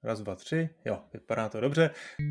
Raz, dva, tři. Jo, vypadá to dobře.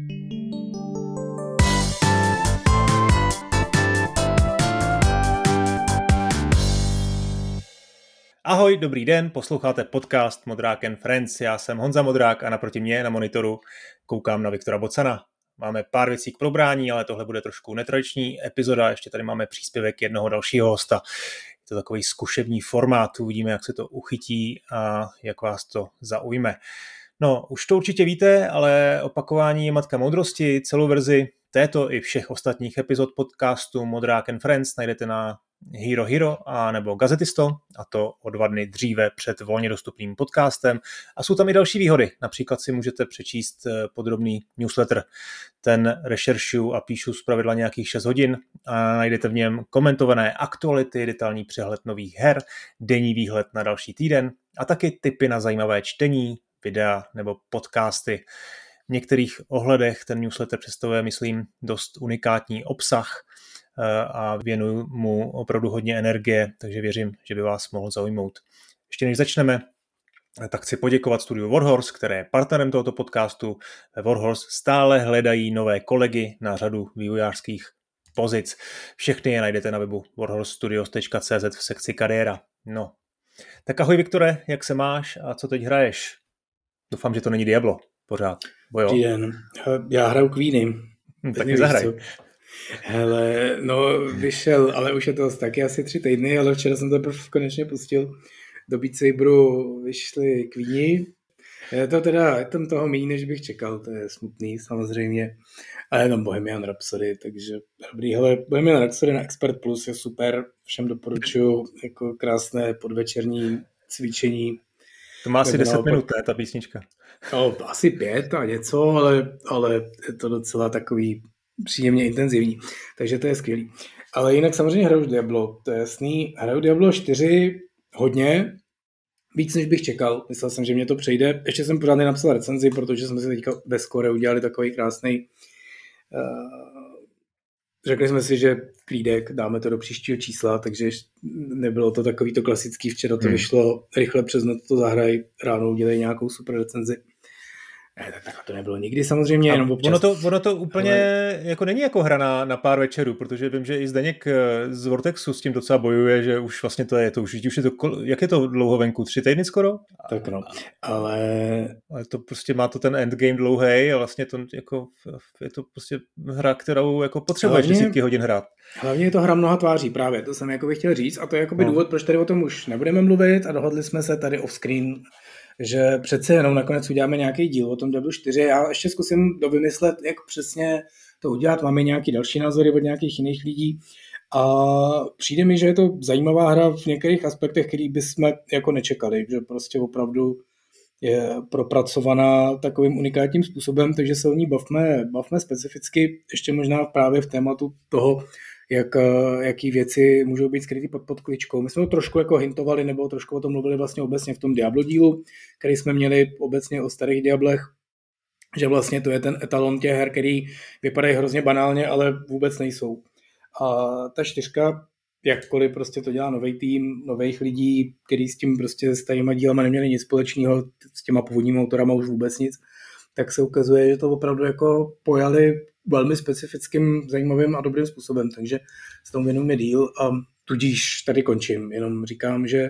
Ahoj, dobrý den, posloucháte podcast Modrák and Friends. Já jsem Honza Modrák a naproti mě na monitoru koukám na Viktora Bocana. Máme pár věcí k probrání, ale tohle bude trošku netradiční epizoda. Ještě tady máme příspěvek jednoho dalšího hosta. Je to takový zkušební formát, uvidíme, jak se to uchytí a jak vás to zaujme. No, už to určitě víte, ale opakování je matka moudrosti. Celou verzi této i všech ostatních epizod podcastu Modrák and Friends najdete na Hero Hero a nebo Gazetisto, a to o 2 dny dříve před volně dostupným podcastem. A jsou tam i další výhody. Například si můžete přečíst podrobný newsletter. Ten rešeršuju a píšu zpravidla nějakých 6 hodin a najdete v něm komentované aktuality, detailní přehled nových her, denní výhled na další týden a taky tipy na zajímavé čtení, videa nebo podcasty. V některých ohledech ten newsletter představuje, myslím, dost unikátní obsah a věnuju mu opravdu hodně energie, takže věřím, že by vás mohl zaujmout. Ještě než začneme, tak chci poděkovat studiu Warhorse, které je partnerem tohoto podcastu. Warhorse stále hledají nové kolegy na řadu vývojářských pozic. Všechny je najdete na webu warhorsestudios.cz v sekci kariéra. No. Tak ahoj Viktore, jak se máš a co teď hraješ? Doufám, že to není Diablo pořád. Dobrý den. Já hraju Queeny. Tak mi zahraj. Hele, no vyšel, ale už je to taky asi 3 týdny, ale včera jsem to konečně pustil. Do Beat Saberu vyšly Queeny. Je to teda tam toho méně, než bych čekal, to je smutný samozřejmě. Ale jenom Bohemian Rhapsody, takže dobrý. Hele, Bohemian Rhapsody na Expert Plus je super, všem doporučuji, jako krásné podvečerní cvičení. To má asi 10 minut, ne, ta písnička. No, asi 5 a něco, ale je to docela takový příjemně intenzivní, takže to je skvělý. Ale jinak samozřejmě hraju Diablo, to je jasný. Hraju Diablo 4 hodně, víc než bych čekal. Myslel jsem, že mě to přejde. Ještě jsem pořád nenapsal recenzi, protože jsme si teďka ve Score udělali takový krásný. Řekli jsme si, že klídek, dáme to do příštího čísla, takže nebylo to takový to klasický, včera to vyšlo, rychle přes noc to zahraj, ráno udělej nějakou super recenzi. Tak to nebylo nikdy samozřejmě, jenom občas. Ono to úplně jako není jako hra na pár večerů, protože vím, že i Zdeněk z Vortexu s tím docela bojuje, že už vlastně to je to, už je to, jak je to dlouho venku, 3 týdny skoro? Tak no, ale to prostě má to ten endgame dlouhej a vlastně to jako, je to prostě hra, kterou jako potřebuješ desítky hodin hrát. Hlavně je to hra mnoha tváří, právě, to jsem jako bych chtěl říct a to je jakoby důvod, proč tady o tom už nebudeme mluvit a dohodli jsme se tady off screen, že přece jenom nakonec uděláme nějaký díl o tom Diablo 4. Já ještě zkusím dovymyslet, jak přesně to udělat. Máme nějaký další názory od nějakých jiných lidí. A přijde mi, že je to zajímavá hra v některých aspektech, který bychom jako nečekali. Že prostě opravdu je propracovaná takovým unikátním způsobem, takže se o ní bavme specificky. Ještě možná právě v tématu toho, jaký věci můžou být skrytý pod kličkou. My jsme to trošku jako hintovali, nebo trošku o tom mluvili vlastně obecně v tom Diablo dílu, který jsme měli obecně o starých Diablech, že vlastně to je ten etalon těch her, který vypadají hrozně banálně, ale vůbec nejsou. A ta 4, jakkoliv prostě to dělá nový tým, nových lidí, který s tím prostě s těma dílama neměli nic společného, s těma původními autorama už vůbec nic, tak se ukazuje, že to opravdu jako pojali velmi specifickým, zajímavým a dobrým způsobem, takže s tomu věnujeme díl a tudíž tady končím, jenom říkám, že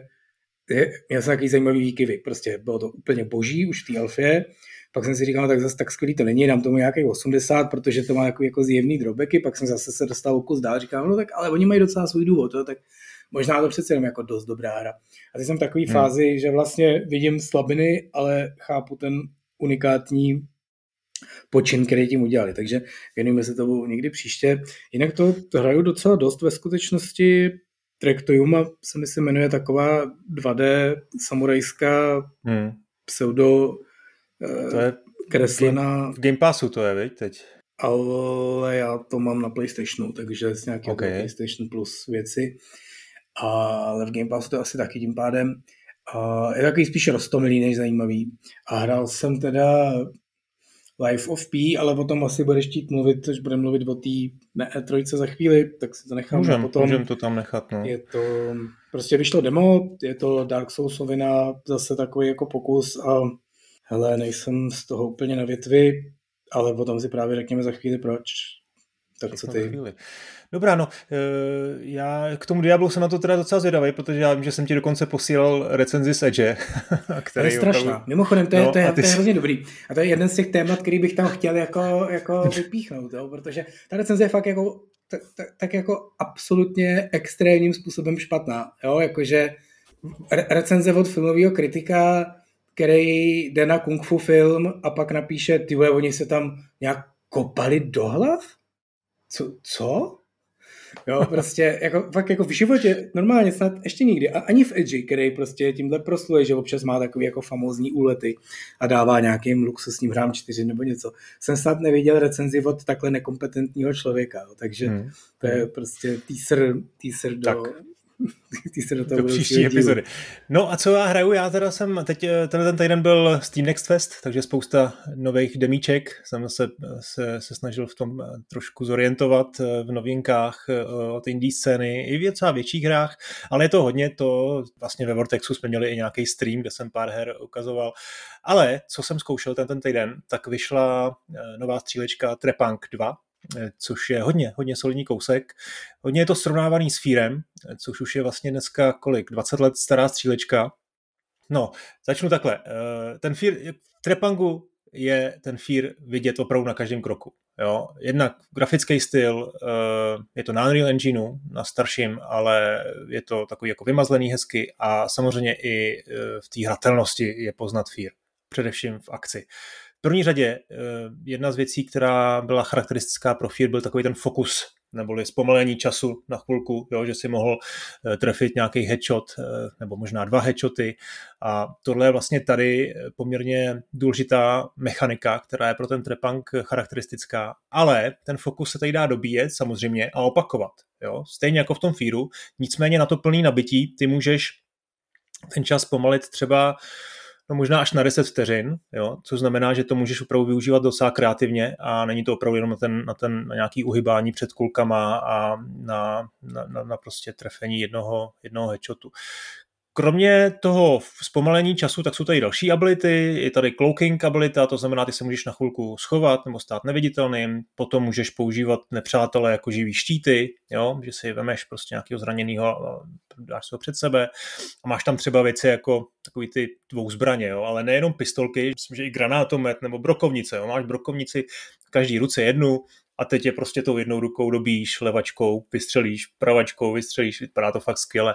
měl jsem takový zajímavý výkyvy, prostě bylo to úplně boží už v té alfě, pak jsem si říkal, tak zase tak skvělý to není, dám tomu nějakých 80, protože to má takový jako zjevný drobeky, pak jsem zase se dostal o kus dál, říkám, no tak ale oni mají docela svůj důvod, tak možná to přece jenom jako dost dobrá hra. A teď jsem v takové fázi, že vlastně vidím slabiny, ale chápu ten unikátní počin, který tím udělali. Takže věnujeme se tomu někdy příště. Jinak to hraju docela dost ve skutečnosti. Trek to Yuma se mi se jmenuje taková 2D samurajská pseudo to je kreslená. V Game Passu to je, viď, teď? Ale já to mám na PlayStationu, takže z nějakého PlayStation Plus věci. Ale v Game Passu to je asi taky tím pádem. Je takový spíš roztomilý než zajímavý. A hrál jsem teda Life of P, ale o tom asi budeš chtít mluvit, až budeme mluvit o té E3 za chvíli, tak si to nechám potom. Můžem to tam nechat, no. Je to, prostě vyšlo demo, je to Dark Soulsovina, zase takový jako pokus a Hele, nejsem z toho úplně na větvi, ale o tom si právě řekněme za chvíli proč. Tak co ty? Dobrá, no, já k tomu Diablu jsem na to teda docela zvědavý, protože já vím, že jsem ti dokonce posílal recenzi z Edge. To je strašná. Opravdu... Mimochodem, to je hrozně dobrý. A to je jeden z těch témat, který bych tam chtěl jako vypíchnout, jo? Protože ta recenze je fakt jako, tak jako absolutně extrémním způsobem špatná. Jo? Jakože recenze od filmového kritika, který jde na kung fu film a pak napíše, ty vole, oni se tam nějak kopali do hlav? Co? Jo, prostě jako, fakt jako v životě normálně snad ještě nikdy. A ani v Edge, který prostě tímhle prosluje, že občas má takový jako famózní úlety a dává nějakým luxusním hrám 4 nebo něco. Jsem snad neviděl recenzi od takhle nekompetentního člověka. Jo. Takže to je prostě teaser do příští epizody. No a co já hraju? Já teda jsem teď ten týden byl Steam Next Fest, takže spousta nových demíček. Jsem se snažil v tom trošku zorientovat v novinkách od indie scény i v docela větších hrách, ale je to hodně, to vlastně ve Vortexu jsme měli i nějaký stream, kde jsem pár her ukazoval. Ale co jsem zkoušel ten týden, tak vyšla nová střílečka Trepang 2, což je hodně solidní kousek. Hodně je to srovnávaný s Fearem, což už je vlastně dneska 20 let stará střílečka. No, začnu takhle. Ten Fear, v Trepangu je ten Fear vidět opravdu na každém kroku. Jo? Jednak grafický styl, je to na Unreal Engineu, na starším, ale je to takový jako vymazlený hezky a samozřejmě i v té hratelnosti je poznat Fear. Především v akci. V první řadě jedna z věcí, která byla charakteristická pro Fear, byl takový ten fokus, neboli zpomalení času na chvilku, jo, že si mohl trefit nějaký headshot nebo možná 2 headshoty a tohle je vlastně tady poměrně důležitá mechanika, která je pro ten Trepang charakteristická, ale ten fokus se tady dá dobíjet samozřejmě a opakovat, jo, stejně jako v tom Fearu, nicméně na to plný nabití ty můžeš ten čas pomalit třeba možná až na 10 vteřin, jo, což znamená, že to můžeš opravdu využívat docela kreativně a není to opravdu jenom na nějaký uhybání před kulkama a na prostě trefení jednoho headshotu. Kromě toho zpomalení času, tak jsou tady další ability, je tady cloaking abilita, to znamená, ty se můžeš na chvilku schovat nebo stát neviditelným, potom můžeš používat nepřátele jako živý štíty, jo, že si vemeš prostě nějakého zraněného a dáš se ho před sebe a máš tam třeba věci jako takový ty dvouzbraně, jo, ale nejenom pistolky, myslím, že i granátomet nebo brokovnice, jo, máš brokovnici v každý ruce jednu a teď je prostě tou jednou rukou dobíš, levačkou vystřelíš, pravačkou vystřelíš, vypadá to fakt skvěle.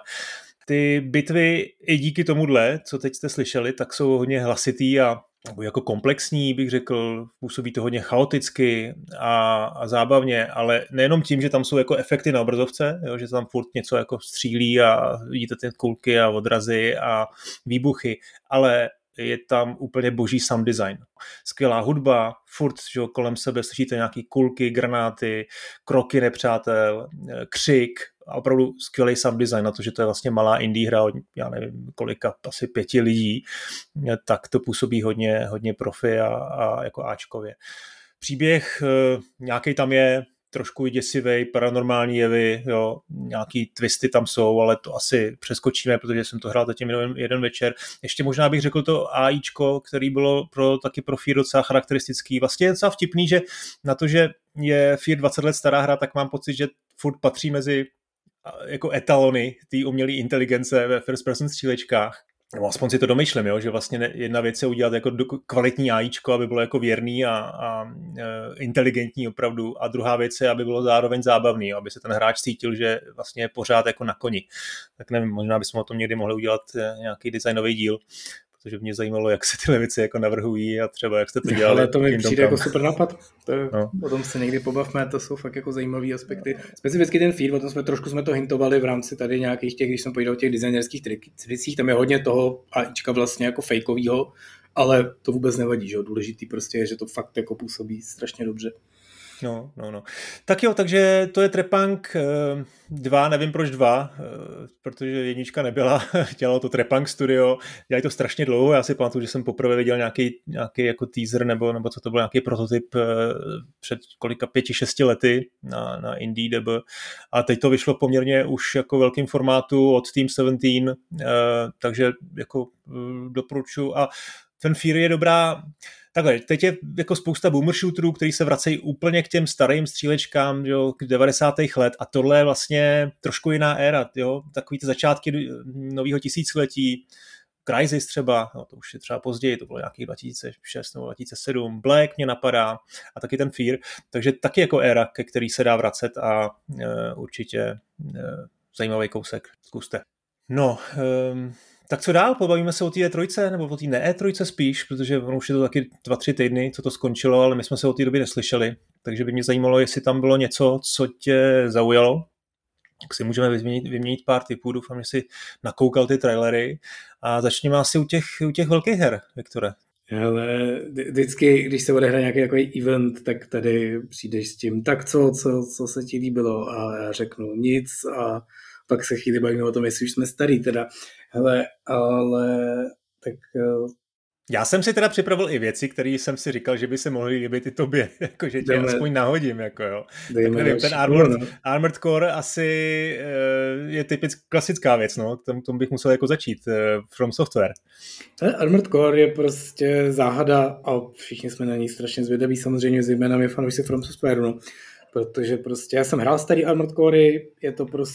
Ty bitvy i díky tomuhle, co teď jste slyšeli, tak jsou hodně hlasitý a jako komplexní, bych řekl, působí to hodně chaoticky a zábavně, ale nejenom tím, že tam jsou jako efekty na obrazovce, jo, že tam furt něco jako střílí a vidíte ty kulky a odrazy a výbuchy, ale je tam úplně boží sound design. Skvělá hudba, furt že kolem sebe slyšíte nějaký kulky, granáty, kroky nepřátel, křik a opravdu skvělý sound design na to, že to je vlastně malá indie hra od, já nevím kolika, asi 5 lidí, tak to působí hodně profi a jako áčkově. Příběh nějaký tam je, trošku děsivej, paranormální jevy, jo, nějaký twisty tam jsou, ale to asi přeskočíme, protože jsem to hrál zatím jeden večer. Ještě možná bych řekl to AIčko, který bylo taky pro Fear docela charakteristický. Vlastně je docela vtipný, že na to, že je Fear 20 let stará hra, tak mám pocit, že furt patří mezi jako etalony té umělé inteligence ve first person střílečkách. No, aspoň si to domýšlím, jo, že vlastně jedna věc je udělat jako kvalitní AIčko, aby bylo jako věrný a inteligentní opravdu, a druhá věc je, aby bylo zároveň zábavný, aby se ten hráč cítil, že vlastně je pořád jako na koni. Tak nevím, možná bychom o tom někdy mohli udělat nějaký designový díl, protože mě zajímalo, jak se tyhle věci jako navrhují a třeba jak jste to dělali. Ale to mi přijde jako super nápad. O tom se někdy pobavme, to jsou fakt jako zajímavé aspekty. Specificky ten Fear, o tom jsme to hintovali v rámci tady nějakých těch, když jsem povídal o těch designerských tricích, tam je hodně toho AIčka vlastně jako fejkovýho, ale to vůbec nevadí, že jo? Důležitý prostě je, že to fakt jako působí strašně dobře. No. Tak jo, takže to je Trepang 2, nevím proč 2, protože jednička nebyla, dělalo to Trepang Studio, dělají to strašně dlouho, já si pamatuju, že jsem poprvé viděl nějaký jako teaser, nebo co to byl, nějaký prototyp před 5-6 lety na IndieDB a teď to vyšlo poměrně už jako velkým formátu od Team 17, takže jako doporučuji a ten Fear je dobrá. Takhle, teď je jako spousta boomer shooterů, který se vracejí úplně k těm starým střílečkám, jo, k 90. let a tohle je vlastně trošku jiná éra, jo, takový ty začátky nového tisíciletí, Crysis třeba, no to už je třeba později, to bylo nějaký 2006 nebo 2007, Black mě napadá a taky ten Fear, takže taky jako éra, ke který se dá vracet a určitě zajímavý kousek, zkuste. No, tak co dál? Pobavíme se o té E3, nebo o té ne E3 spíš, protože ono už je to taky 2-3 týdny, co to skončilo, ale my jsme se o té době neslyšeli, takže by mě zajímalo, jestli tam bylo něco, co tě zaujalo. Tak si můžeme vyměnit pár tipů, doufám, že si nakoukal ty trailery a začněme asi u těch velkých her, Viktore. Ale vždycky, když se odehraje nějaký takový event, tak tady přijdeš s tím, tak co se ti líbilo a já řeknu nic a pak se chvíli bavíme o tom, jestli už jsme starý teda. Hele, ale tak... Já jsem si teda připravil i věci, které jsem si říkal, že by se mohly líbit i tobě, jakože tě aspoň nahodím, jako jo. Tak nevím, ten Armored Core asi je typicky klasická věc, no, tomu bych musel jako začít, From Software. Armored Core je prostě záhada a všichni jsme na ní strašně zvědaví, samozřejmě zejména my fanoušci From Software, no, protože prostě já jsem hrál starý Armored Core, je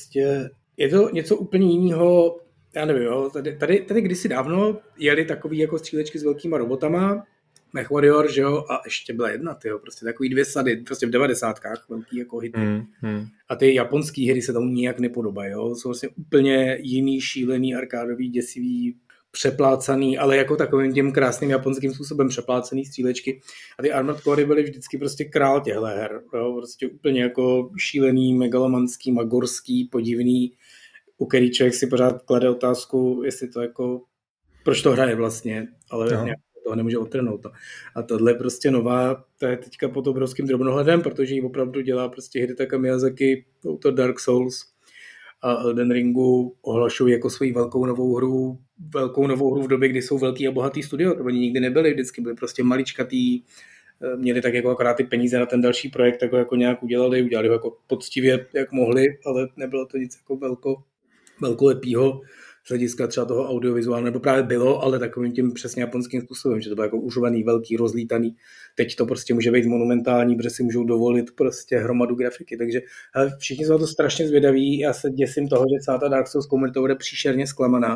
to něco úplně jiného. Já nevím, jo, tady kdysi dávno jeli takový jako střílečky s velkýma robotama, MechWarrior, že jo, a ještě byla jedna, tyjo, prostě takový 2 sady, prostě v 90kách, velký jako hity. A ty japonský hry se tomu nijak nepodobají, jo, jsou vlastně úplně jiný, šílený, arkádový, děsivý, přeplácaný, ale jako takovým tím krásným japonským způsobem přeplácený střílečky. A ty Armored Core byly vždycky prostě král těchto her, jo, prostě úplně jako šílený, megalomanský, magorský, podivný, u který člověk si pořád klade otázku, jestli to jako, proč to hraje vlastně, ale nějak toho nemůže odtrhnout. A tohle je prostě nová, to je teďka pod obrovským drobnohledem, protože ji opravdu dělá prostě Hidetaka Miyazaki, autor Dark Souls a Elden Ringu ohlašují jako svoji velkou novou hru v době, kdy jsou velký a bohatý studio, to oni nikdy nebyli, vždycky byli prostě maličkatý, měli tak jako akorát ty peníze na ten další projekt, tak ho jako nějak udělali ho jako poctivě, jak mohli, ale nebylo to nic jako velkolepýho z hlediska třeba toho audiovizuálního, nebo právě bylo, ale takovým tím přesně japonským způsobem, že to bylo jako užovaný, velký, rozlítaný. Teď to prostě může být monumentální, protože si můžou dovolit prostě hromadu grafiky, takže všichni jsou to strašně zvědaví, já se děsím toho, že celá ta Dark Souls komunita bude příšerně zklamaná,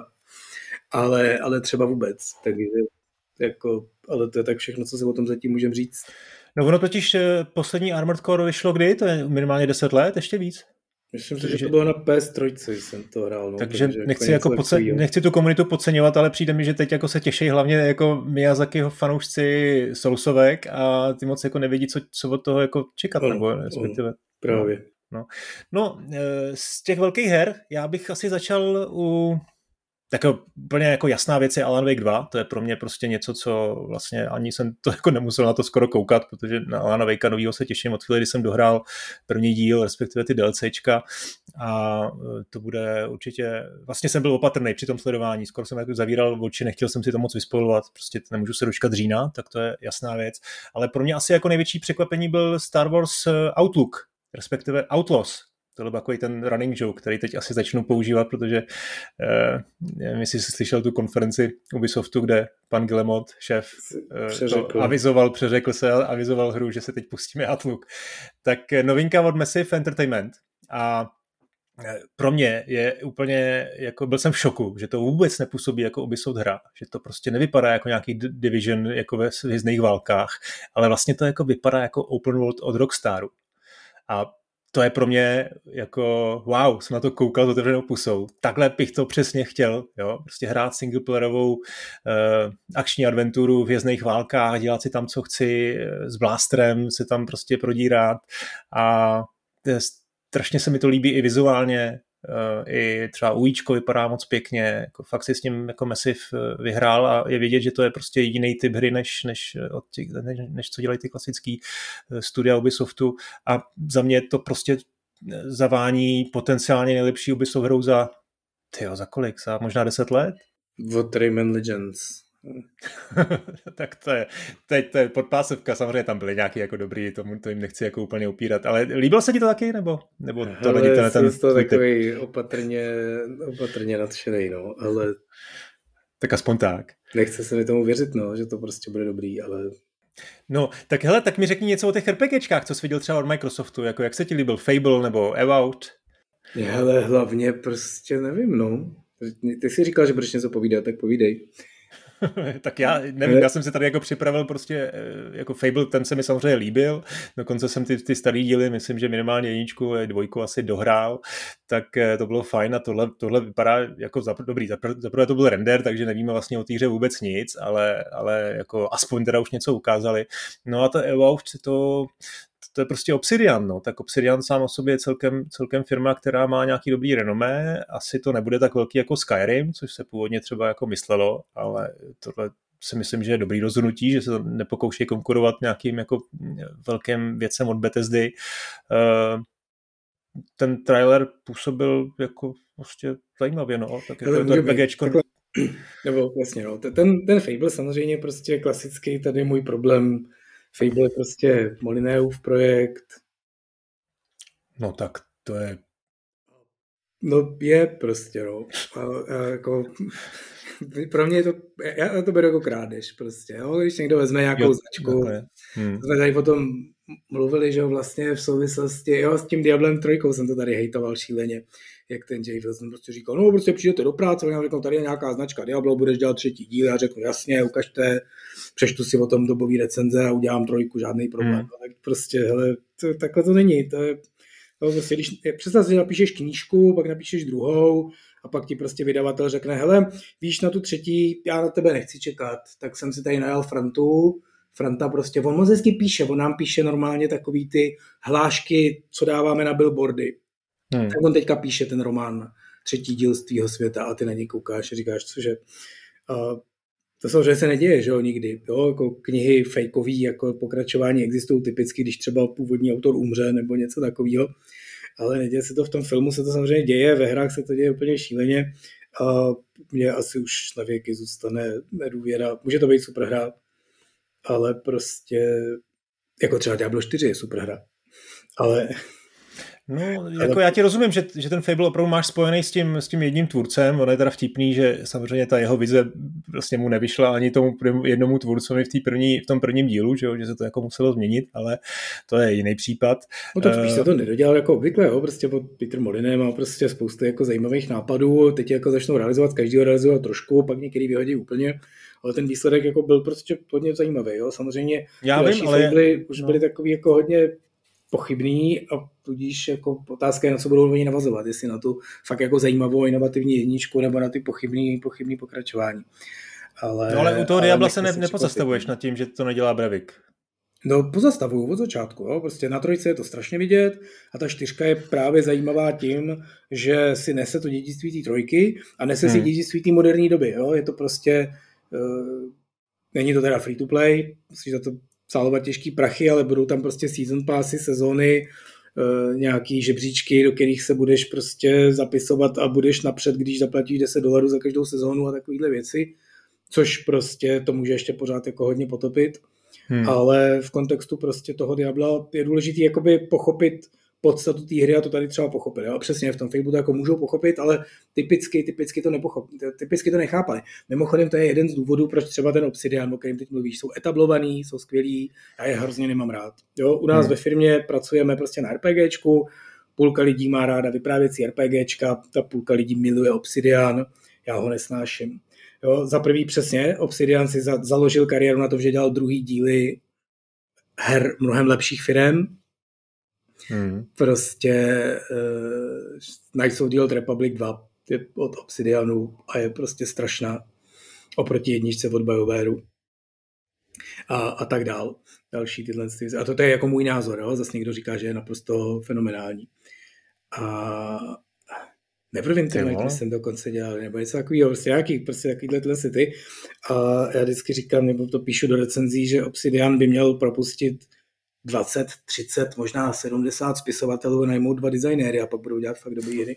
ale třeba vůbec, takže jako, ale to je tak všechno, co si o tom zatím můžeme říct. No ono totiž poslední Armored Core vyšlo kdy? To je minimálně 10 let, ještě víc? Myslím, že to bylo na PS3, jsem to hrál. No, takže nechci tu komunitu podceňovat, ale přijde mi, že teď jako se těší hlavně jako Miyazakiho fanoušci Soulsovek a ty moc jako nevědí, co od toho jako čekat. Nebo respektive. Právě. No, z těch velkých her já bych asi začal u... Tak úplně jako jasná věc je Alan Wake 2, to je pro mě prostě něco, co vlastně ani jsem to jako nemusel na to skoro koukat, protože na Alana Wakea novýho se těším od chvíli, kdy jsem dohrál první díl, respektive ty DLCčka a to bude určitě, vlastně jsem byl opatrný při tom sledování, skoro jsem jako zavíral oči, nechtěl jsem si to moc vyspojovat, prostě nemůžu se dočkat října, tak to je jasná věc, ale pro mě asi jako největší překvapení byl Star Wars Outlook, respektive Outlaws. To byl takový ten running joke, který teď asi začnu používat, protože nevím, jestli jsi slyšel tu konferenci Ubisoftu, kde pan Guillemot, šéf, avizoval hru, že se teď pustíme Outlook. Tak novinka od Massive Entertainment a pro mě je úplně, jako byl jsem v šoku, že to vůbec nepůsobí jako Ubisoft hra, že to prostě nevypadá jako nějaký Division jako ve Hvězdných válkách, ale vlastně to jako vypadá jako open world od Rockstaru. A to je pro mě jako wow, jsem na to koukal s otevřenou pusou. Takhle bych to přesně chtěl, jo? Prostě hrát singleplayerovou akční adventuru v Hvězdných válkách, dělat si tam, co chci, s blástrem se tam prostě prodírat a strašně se mi to líbí i vizuálně, i třeba UIčko vypadá moc pěkně, jako fakt si s ním jako Massive vyhrál a je vidět, že to je prostě jiný typ hry, než co dělají ty klasický studia Ubisoftu a za mě to prostě zavání potenciálně nejlepší Ubisoft hrou za kolik? Za možná 10 let? Od Rayman Legends. Tak to je podpásovka, samozřejmě tam byly nějaký jako dobrý, to jim nechci jako úplně upírat, ale líbilo se ti to taky, nebo to není ten to takový opatrně nadšenej, no, ale Tak aspoň tak. Nechce se mi tomu věřit, no, že to prostě bude dobrý, ale... No, tak hele, tak mi řekni něco o těch RPGčkách, co jsi viděl třeba od Microsoftu, jako jak se ti líbil Fable nebo Avowed? Hele, hlavně prostě nevím, no. Ty jsi říkal, že budeš něco povídat, tak povídej. Tak já nevím, já jsem si tady jako připravil prostě jako Fable, ten se mi samozřejmě líbil, dokonce jsem ty starý díly, myslím, že minimálně 1 a 2 asi dohrál, tak to bylo fajn a tohle vypadá jako dobrý. Zaprvé to byl render, takže nevíme vlastně o té hře vůbec nic, ale jako aspoň teda už něco ukázali. No a to Evout, to je prostě Obsidian, no. Tak Obsidian sám o sobě je celkem firma, která má nějaký dobrý renomé. Asi to nebude tak velký jako Skyrim, což se původně třeba jako myslelo, ale tohle si myslím, že je dobrý rozhodnutí, že se to nepokouší konkurovat nějakým jako velkým věcem od Bethesdy. Ten trailer působil jako prostě zajímavě, no. Tak jako to RPGčko. Nebo jasně, no. Ten Fable samozřejmě prostě klasický, tady můj problém. Fable je prostě Molinéův projekt. No tak to je... No je prostě, no. A jako, pro mě je to, já to beru jako krádež prostě, jo? Když někdo vezme nějakou značku. Jsme tady potom mluvili, že vlastně v souvislosti, jo, s tím Diablem 3 jsem to tady hejtoval šíleně, jak ten Jay Wilson prostě říkal, no prostě přijdete do práce, já řekl, tady je nějaká značka Diablo, budeš dělat 3. díl, já řeknu, jasně, ukažte, přečtu si o tom dobový recenze a udělám 3, žádný problém. Tak prostě, hele, takhle to není, to je prostě, když představ si, že napíšeš knížku, pak napíšeš druhou a pak ti prostě vydavatel řekne, hele, víš na tu 3, já na tebe nechci čekat, tak jsem si tady najal Franta prostě, on moc hezky píše, on nám píše normálně takový ty hlášky, co dáváme na billboardy. Tak on teďka píše ten román 3. díl z tvýho světa a ty na něj koukáš a říkáš, cože. To samozřejmě se neděje, že jo, nikdy. Jo, jako knihy fejkový, jako pokračování existují typicky, když třeba původní autor umře nebo něco takového, ale neděje se to v tom filmu, se to samozřejmě děje, ve hrách se to děje úplně šíleně a mně asi už na věky zůstane nedůvěra. Může to být super hra, ale prostě jako třeba Diablo 4 je super hra, ale... No, jako já ti rozumím, že ten Fable opravdu máš spojený s tím jedním tvůrcem, on je teda vtipný, že samozřejmě ta jeho vize vlastně mu nevyšla ani tomu jednomu tvůrcovi v tom prvním dílu, že se to jako muselo změnit, ale to je jiný případ. No to spíš se to nedodělal jako obvykle, jo, prostě pod Peter Molyneux má prostě spoustu jako zajímavých nápadů, teď jako začnou realizovat, každýho realizovat trošku, pak některý vyhodí úplně, ale ten výsledek jako byl prostě hodně zajímavý, jo, samozřejmě já vím, ale už byly takový jako hodně pochybný a tudíž jako otázka je, na co budou oni navazovat, jestli na tu fakt jako zajímavou inovativní 1 nebo na ty pochybný pokračování. Ale u toho Diabla se nepozastavuješ nad tím, že to nedělá Brevik. No pozastavuju od začátku, jo. Prostě na 3 je to strašně vidět a ta 4 je právě zajímavá tím, že si nese to dědictví té 3 a nese si dědictví té moderní doby, jo. Je to prostě, není to teda free to play, musíš za to sálovat těžký prachy, ale budou tam prostě season passy, sezóny, nějaký žebříčky, do kterých se budeš prostě zapisovat a budeš napřed, když zaplatíš $10 za každou sezónu a takovýhle věci, což prostě to může ještě pořád jako hodně potopit. Ale v kontextu prostě toho Diabla je důležitý jakoby pochopit podstatu té hry a to tady třeba pochopili. A přesně v tom Facebooku to jako můžou pochopit, ale typicky to nepochopí, typicky to nechápali. Mimochodem to je jeden z důvodů, proč třeba ten Obsidian, o kterém teď mluvíš, jsou etablovaný, jsou skvělí, já je hrozně nemám rád. Jo, u nás ve firmě pracujeme prostě na RPGčku, půlka lidí má ráda vyprávěcí RPGčka, ta půlka lidí miluje Obsidian, já ho nesnáším. Jo, za prvý přesně, Obsidian si založil kariéru na to, že dělal druhý díly her mnohem lepších firem. Prostě Knights of the Old Republic 2 je od Obsidianu a je prostě strašná oproti 1 od BioWareu a tak dál. Další tyhle. A to je jako můj názor, jo? Zase někdo říká, že je naprosto fenomenální. A Neverwinter jsem dokonce dělal, nebo něco takového, prostě nějaký, prostě takovýhle ty. A já vždycky říkám, nebo to píšu do recenzí, že Obsidian by měl propustit 20, 30, možná 70 spisovatelů, najmout 2 designéry a pak budou dělat fakt dobrý hry.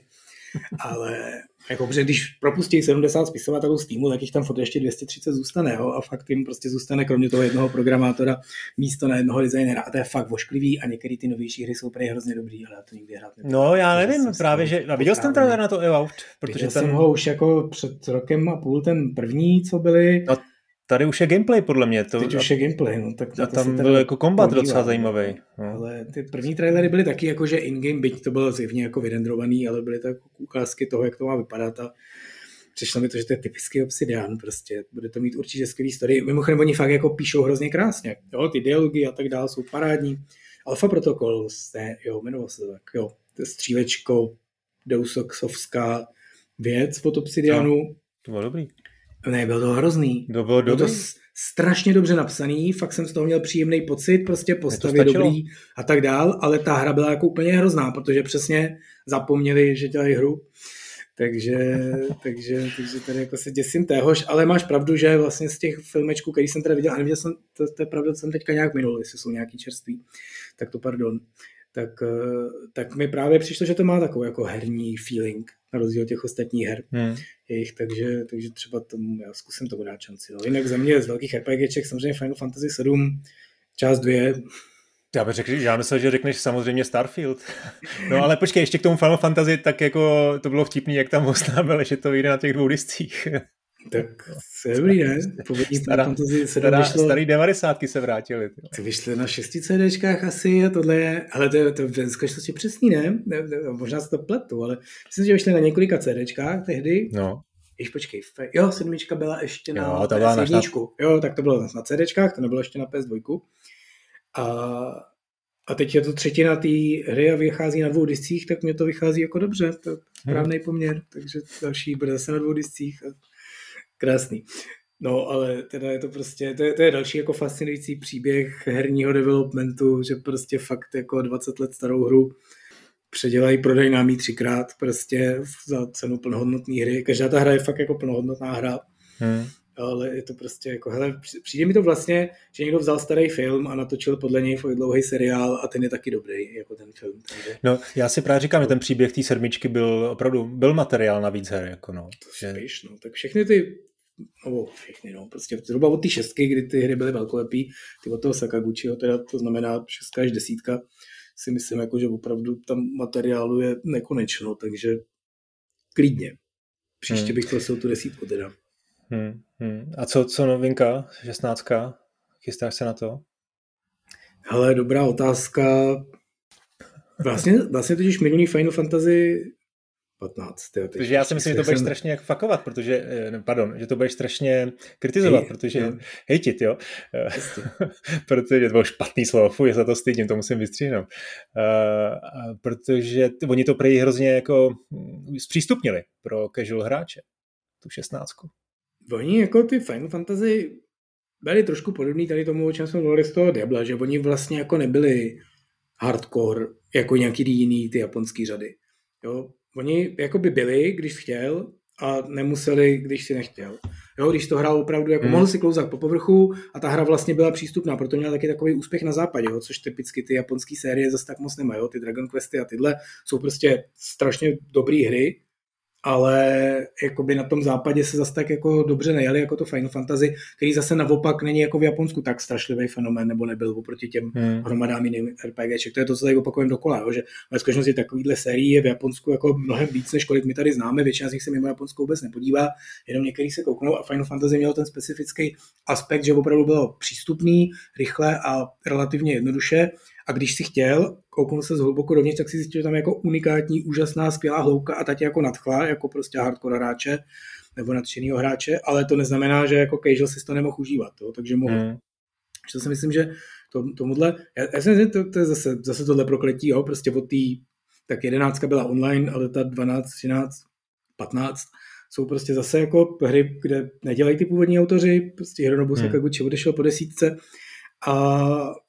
Ale jako, protože když propustí 70 spisovatelů z týmu, tak jich tam furt ještě 230 zůstane, jo? A fakt jim prostě zůstane kromě toho jednoho programátora místo na jednoho designera. A to je fakt vošklivý a některé ty novější hry jsou prý hrozně dobrý, ale já to nikdy hrát nebudu. No, já nevím, právě, že... A viděl jsi ten trailer na to Evout? Viděl jsem ho už jako před rokem a půl, ten první, co byli. No, tady už je gameplay, podle mě. Teď už je gameplay, no. Tak a tam byl jako kombat docela zajímavý. No. Ale ty první trailery byly taky jako, že in-game, byť to bylo zjevně jako vyrendrovaný, ale byly to jako ukázky toho, jak to má vypadat a přišlo mi to, že to je typický Obsidian, prostě. Bude to mít určitě skvělý story. Mimochodem, oni fakt jako píšou hrozně krásně. Jo, ty dialogy a tak dále jsou parádní. Alpha Protocol, jmenoval se tak, jo. To je střílečko, Deus Exovská věc od Obsidianu. No, to bylo dobrý. Ne, bylo to hrozný. Bylo to strašně dobře napsaný, fakt jsem z toho měl příjemný pocit, prostě postavy dobrý a tak dál, ale ta hra byla jako úplně hrozná, protože přesně zapomněli, že dělají hru. Takže tady jako se děsím téhož, ale máš pravdu, že vlastně z těch filmečků, který jsem teda viděl, a neviděl jsem, to je pravda, co jsem teďka nějak minul, jestli jsou nějaký čerství, tak to pardon. Tak mi právě přišlo, že to má takový jako herní feeling, na rozdíl těch ostatních her jejich, takže třeba tomu, já zkusím tomu dát šanci. No. Jinak za mě z velkých RPGček samozřejmě Final Fantasy 7, část 2. Já bych řekl, já myslel, že řekneš samozřejmě Starfield. No ale počkej, ještě k tomu Final Fantasy, tak jako to bylo vtipný, jak tam oznámili, že to vyjde na těch 2 discích. Tak se dobrý, ne? Starý 90 se vrátily. Ty vyšly na 6 CDčkách asi a tohle je, ale to je v skutečnosti přesný, ne? Možná se to pletu, ale myslím, že vyšly na několika CDčkách tehdy. No. Jež počkej, 7 byla ještě na PS1. Jo, tak to bylo na CDčkách, to nebylo ještě na PS2. A teď je to třetina té hry a vychází na 2 discích, tak mě to vychází jako dobře, to je správný poměr, takže další bude zase na 2 discích. Krásný. No, ale teda je to prostě, to je další jako fascinující příběh herního developmentu, že prostě fakt jako 20 let starou hru předělají prodej námi 3krát prostě za cenu plnohodnotné hry. Každá ta hra je fakt jako plnohodnotná hra. Ale je to prostě jako, hele, přijde mi to vlastně, že někdo vzal starý film a natočil podle něj dlouhý seriál a ten je taky dobrý, jako ten film. Takže... No, já si právě říkám, že ten příběh té 7 byl materiál na víc her, jako no. To spíš, no, tak všechny, prostě zhruba od té 6, kdy ty hry byly velkolepý, ty od toho Sakaguchiho, teda to znamená 6 až 10, si myslím, jako, že opravdu tam materiálu je nekonečno, takže klidně. Příště bych prosil tu 10 teda. A co novinka, 16? Chystáš se na to? Hele, dobrá otázka. Vlastně totiž minulý Final Fantasy 15. Takže já si myslím, že to budeš strašně jak fakovat, že to budeš strašně kritizovat, protože hejtit, jo. Protože to bylo špatný slovo, já za to stydím, to musím vystříhnout. Protože oni to prý hrozně jako zpřístupnili pro casual hráče, tu 16. Oni jako ty Final Fantasy byli trošku podobný tady tomu, o čem jsme mluvili z toho Diabla, že oni vlastně jako nebyli hardcore jako nějaký jiný ty japonský řady. Jo? Oni jako by byli, když chtěl, a nemuseli, když si nechtěl. Jo? Když to hrál opravdu, jako mohl si klouzat po povrchu a ta hra vlastně byla přístupná, proto měla taky takový úspěch na západě, jo? Což typicky ty japonský série zase tak moc nemají. Jo? Ty Dragon Questy a tyhle jsou prostě strašně dobrý hry, ale jakoby na tom západě se zase tak jako dobře nejeli jako to Final Fantasy, který zase naopak není jako v Japonsku tak strašlivý fenomén, nebo nebyl oproti těm hromadám jiným RPGček. To je to, co tady opakujeme dokola, jo? Že ve skutečnosti takovýhle série je v Japonsku jako mnohem víc, než kolik my tady známe, většina z nich se mimo Japonsko vůbec nepodívá, jenom některý se kouknou a Final Fantasy mělo ten specifický aspekt, že opravdu bylo přístupný, rychle a relativně jednoduše. A když si chtěl, kouknul se z hluboko dovnitř, tak si zjistil, že tam je jako unikátní, úžasná, skvělá hloubka a ta tě jako nadchla, jako prostě hardcore hráče nebo nadšenýho hráče, ale to neznamená, že jako casual si to nemohl užívat, jo? Takže mohl. To si myslím, že tomuhle, já si myslím, to je zase tohle prokletí, jo? Prostě od té, tak 11 byla online, ale ta 12, 13, 15 jsou prostě zase jako hry, kde nedělají ty původní autoři, prostě Hironobu Sakaguchi odešel po 10 a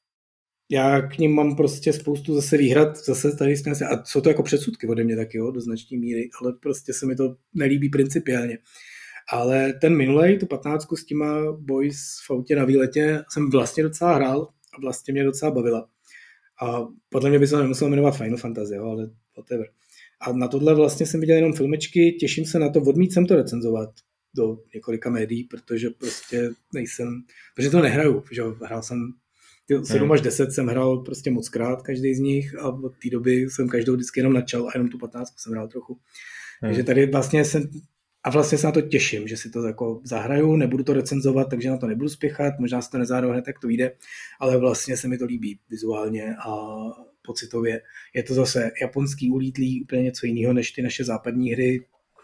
já k nim mám prostě spoustu zase výhrad, zase tady a jsou to jako předsudky ode mě taky, jo, do značné míry, ale prostě se mi to nelíbí principiálně. Ale ten minulej, tu 15 s těma boys v autě na výletě jsem vlastně docela hrál a vlastně mě docela bavila. A podle mě by se to nemuselo jmenovat Final Fantasy, jo, ale whatever. A na tohle vlastně jsem viděl jenom filmečky, těším se na to, odmít jsem to recenzovat do několika médií, protože prostě protože to nehraju, že hrál jsem 7 až 10 jsem hrál prostě moc krát, každý z nich a od té doby jsem každou vždycky jenom načal a jenom tu 15 jsem hrál trochu. Takže tady vlastně vlastně se na to těším, že si to jako zahraju, nebudu to recenzovat, takže na to nebudu spěchat, možná se to nezároveň hned, tak to vyjde, ale vlastně se mi to líbí vizuálně a pocitově. Je to zase japonský ulítlý, úplně něco jiného než ty naše západní hry,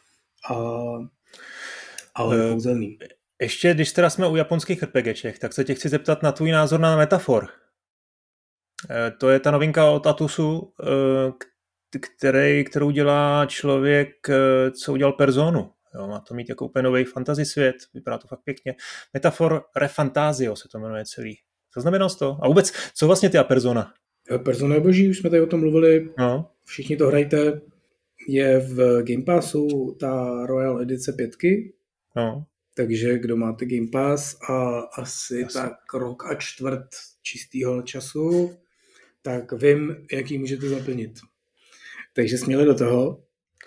ale kouzelný. Ještě, když teda jsme u japonských RPGček, tak se tě chci zeptat na tvůj názor na Metafor. To je ta novinka od Atusu, kterou dělá člověk, co udělal Personu. Jo, má to mít jako úplně nový fantasy svět, vypadá to fakt pěkně. Metafor Refantasio se to jmenuje celý. Zaznamenal jsi to? A vůbec, co vlastně ty a Persona? Persona je boží, už jsme tady o tom mluvili. No. Všichni to hrajte. Je v Game Passu ta Royal edice 5. No. Takže kdo máte Game Pass a asi tak rok a čtvrt čistého času, tak vím, jak ji můžete zaplnit. Takže směle do toho.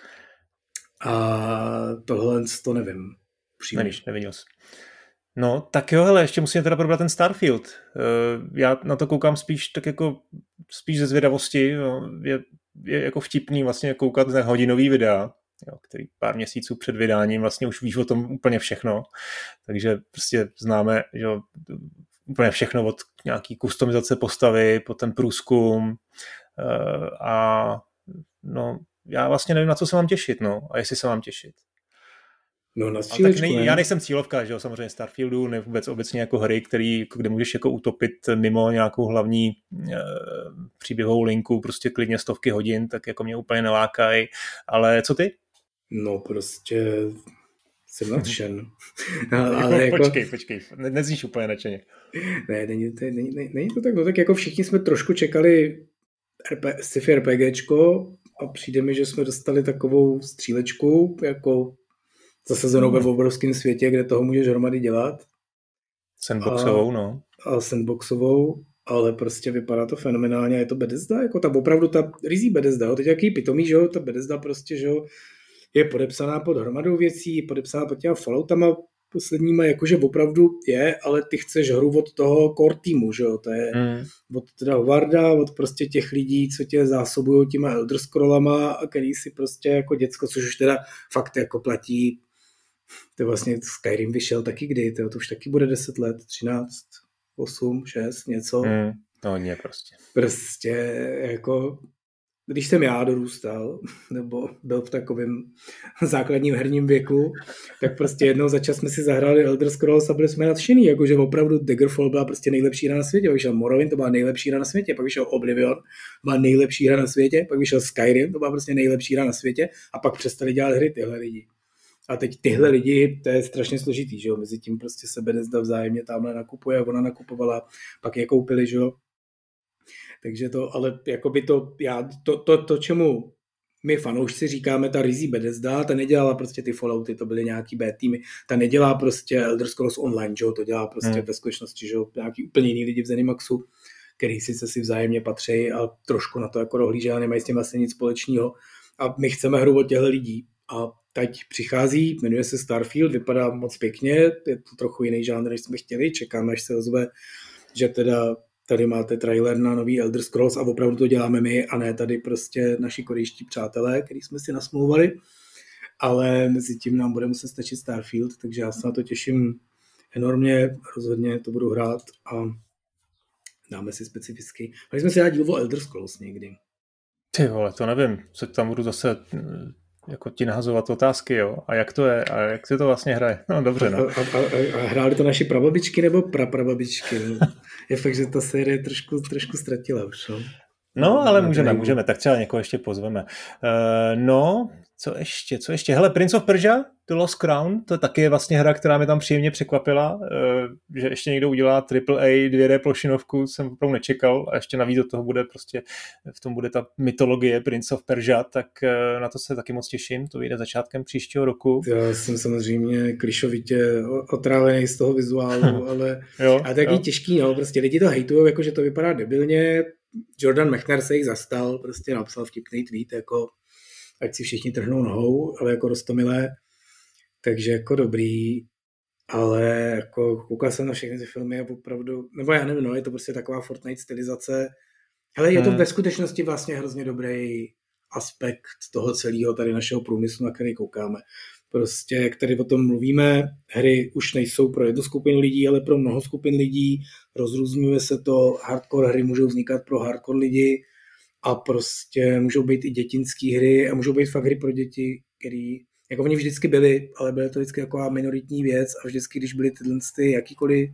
A tohle to nevím. Neviděl jsi. No, tak jo, hele, ještě musíme teda probrat ten Starfield. Já na to koukám spíš ze zvědavosti. Je jako vtipný vlastně koukat na hodinový videa, který pár měsíců před vydáním vlastně už víš o tom úplně všechno. Takže prostě známe, že úplně všechno od nějaký kustomizace postavy, po ten průzkum a no, já vlastně nevím, na co se mám těšit, no, a jestli se mám těšit. No, na střílečku, já nejsem cílovka, že jo, samozřejmě Starfieldu, ne vůbec obecně jako hry, kde můžeš jako utopit mimo nějakou hlavní příběhovou linku, prostě klidně 100 hodin, tak jako mě úplně nelákají, ale co ty? No, prostě jsem nadšen. Ale jako... Počkej, nezníš úplně nadšeně. Ne, není to tak, no tak jako všichni jsme trošku čekali sci-fi RPGčko a přijde mi, že jsme dostali takovou střílečku, jako zasazenou ve obrovském světě, kde toho můžeš hromady dělat. Sandboxovou, no. A sandboxovou, ale prostě vypadá to fenomenálně a je to Bethesda, jako ta opravdu ta rizí Bethesda, teď jaký pitomý, že jo, ta Bethesda prostě, že jo, je podepsaná pod hromadou věcí, podepsaná pod těma Falloutama posledníma, jakože opravdu je, ale ty chceš hru od toho core týmu, že jo, to je od teda Howarda, od prostě těch lidí, co tě zásobují těma Elder Scrollama, a který si prostě jako děcko, což už teda fakt jako platí. To vlastně Skyrim vyšel taky kdy, to už taky bude 10 let, 13, 8, 6, něco. To hodně prostě. Prostě jako, když jsem já dorůstal, nebo byl v takovém základním herním věku, tak prostě jednou za čas jsme si zahráli Elder Scrolls a byli jsme nadšený, jakože opravdu Daggerfall byla prostě nejlepší hra na světě, pak vyšel Morrowind, to byla nejlepší hra na světě, pak vyšel Oblivion, byla nejlepší hra na světě, pak vyšel Skyrim, to byla prostě nejlepší hra na světě a pak přestali dělat hry tyhle lidi. A teď tyhle lidi, to je strašně složitý, že jo, mezi tím prostě se Bethesda vzájemně tamhle nakupuje, ona nakupovala, pak je koupili, že jo. Takže to, ale jakoby to, čemu my fanoušci říkáme, ta rizí Bethesda, ta nedělala prostě ty Fallouty, to byly nějaký B týmy, ta nedělá prostě Elder Scrolls Online, že jo, to dělá prostě ve skutečnosti, že jo, nějaký úplně jiný lidi v Zenimaxu, který sice si vzájemně patří a trošku na to jako dohlíží, ale nemají s tím vlastně nic společného. A my chceme hru od těchto lidí. A teď přichází, jmenuje se Starfield, vypadá moc pěkně, je to trochu jiný žánr, než jsme chtěli, čekáme, až se ozve, že teda tady máte trailer na nový Elder Scrolls a opravdu to děláme my a ne tady prostě naši korejští přátelé, který jsme si nasmlouvali, ale mezi tím nám bude muset stačit Starfield, takže já se na to těším enormně, rozhodně to budu hrát a dáme si specificky. Měli jsme si dát díl o Elder Scrolls někdy. Ty vole, to nevím, co tam budu zase jako ti nahazovat otázky, jo? A jak to je? A jak se to vlastně hraje? No dobře, no. A hráli to naši prababičky nebo praprababičky? Je fakt, že ta série trošku ztratila už, no. No, ale můžeme, tak třeba někoho ještě pozveme. No, co ještě? Hele, Prince of Persia, The Lost Crown, to taky je vlastně hra, která mě tam příjemně překvapila, že ještě někdo udělá AAA 2D plošinovku, jsem opravdu nečekal a ještě navíc do toho bude prostě, v tom bude ta mytologie Prince of Persia, tak na to se taky moc těším, to vyjde začátkem příštího roku. Já jsem samozřejmě klišovitě otrávený z toho vizuálu, ale a taky těžký, no, prostě lidi to hejtujou, jako že to vypadá debilně, Jordan Mechner se jich zastal, prostě napsal vtipný tweet, jako ať si všichni trhnou nohou, ale jako roztomilé, takže jako dobrý, ale jako koukal jsem na všechny ty filmy a opravdu, nebo já nevím, no, je to prostě taková Fortnite stylizace. Hele, je to ve skutečnosti vlastně hrozně dobrý aspekt toho celého tady našeho průmyslu, na který koukáme. Prostě, jak tady o tom mluvíme, hry už nejsou pro jednu skupinu lidí, ale pro mnoho skupin lidí, rozrůzňuje se to, hardcore hry můžou vznikat pro hardcore lidi a prostě můžou být i dětinské hry a můžou být fakt hry pro děti, který jako oni vždycky byli, ale byly to vždycky taková minoritní věc a vždycky, když byly tyhle jakýkoliv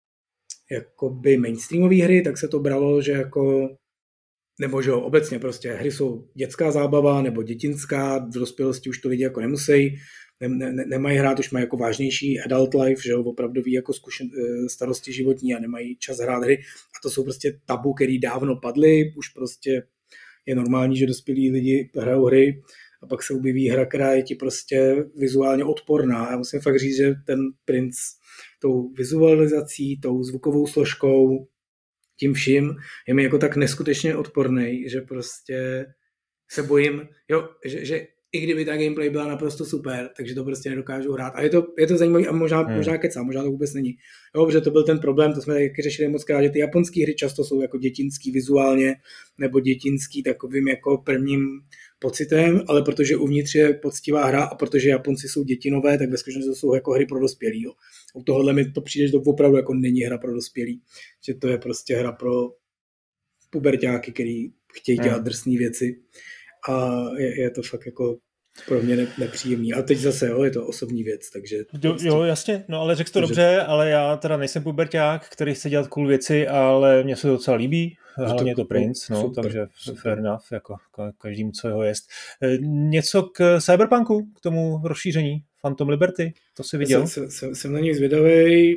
jakoby mainstreamové hry, tak se to bralo, že jako nebo že obecně prostě hry jsou dětská zábava nebo dětinská, v dospělosti už to lidi jako nemusí, nemají hrát, už mají jako vážnější adult life, že jo, opravdový jako starosti životní a nemají čas hrát hry a to jsou prostě tabu, který dávno padly, už prostě je normální, že dospělí lidi hrajou hry a pak se objeví hra, která je ti prostě vizuálně odporná. Já musím fakt říct, že ten Prince tou vizualizací, tou zvukovou složkou, tím vším je mi jako tak neskutečně odporný, že prostě se bojím, jo, že i kdyby ta gameplay byla naprosto super, takže to prostě nedokážu hrát. A je to zajímavý a možná kecám, možná to vůbec není. Jo, protože to byl ten problém, to jsme taky řešili moc krát, že ty japonské hry často jsou jako dětinský vizuálně nebo dětinský takovým jako prvním pocitem, ale protože uvnitř je poctivá hra a protože Japonci jsou dětinové, tak ve skutečnosti to jsou jako hry pro dospělí. Jo. U tohohle mi to přijde, že to opravdu jako není hra pro dospělí, že to je prostě hra pro puberťáky, který chtějí dělat drsné věci a je to fakt jako pro mě nepříjemný. A teď zase, jo, je to osobní věc, takže... Jo, jasně, no ale řekl to dobře, ale já teda nejsem puberťák, který chce dělat cool věci, ale mně se to docela líbí, hlavně je to Prince, no, super, takže super. Fair enough, jako každému, co jeho jest. Něco k Cyberpunku, k tomu rozšíření Phantom Liberty, to jsi viděl? Jsem na něj zvědavej.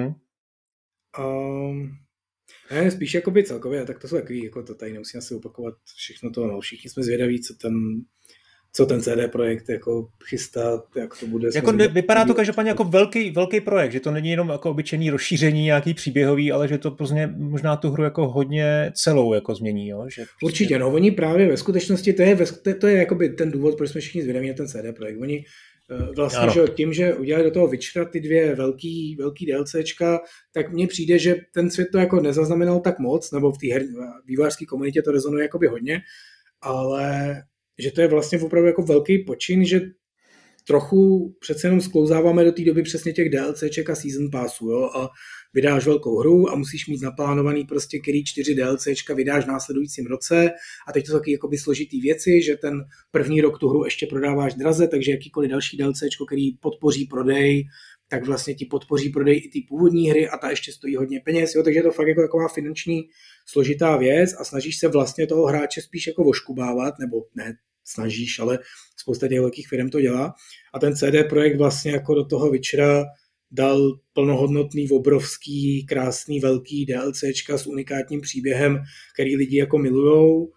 Ne, spíš jakoby celkově, tak to jsou takový, jako to tady nemusím asi opakovat všechno to, no, všichni jsme zvědaví, co ten CD Projekt jako chystá, jak to bude. Jako vypadá to každopádně jako velký projekt, že to není jenom jako obyčejný rozšíření nějaký příběhový, ale že to prostě možná tu hru jako hodně celou jako změní. Jo? Že prostě... Určitě, no oni právě ve skutečnosti, to je jakoby ten důvod, proč jsme všichni zvědaví na ten CD Projekt. Oni vlastně, že tím, že udělali do toho Witchera ty dvě velký DLCčka, tak mně přijde, že ten svět to jako nezaznamenal tak moc, nebo v té vývojářské komunitě to rezonuje jakoby hodně, ale že to je vlastně opravdu jako velký počin, že trochu přece jenom sklouzáváme do té doby přesně těch DLCček a Season Passů, jo, a vydáš velkou hru a musíš mít naplánovaný prostě, který 4 DLCčka vydáš v následujícím roce a teď to jsou taky jakoby složitý věci, že ten první rok tu hru ještě prodáváš draze, takže jakýkoliv další DLCčko, který podpoří prodej, tak vlastně ti podpoří prodej i ty původní hry a ta ještě stojí hodně peněz, jo, takže je to fakt jako taková finanční složitá věc a snažíš se vlastně toho hráče spíš jako voškubávat, nebo ne snažíš, ale spousta těch velkých firm to dělá. A ten CD Projekt vlastně jako do toho Witchera dal plnohodnotný, obrovský, krásný, velký DLCčka s unikátním příběhem, který lidi jako milujou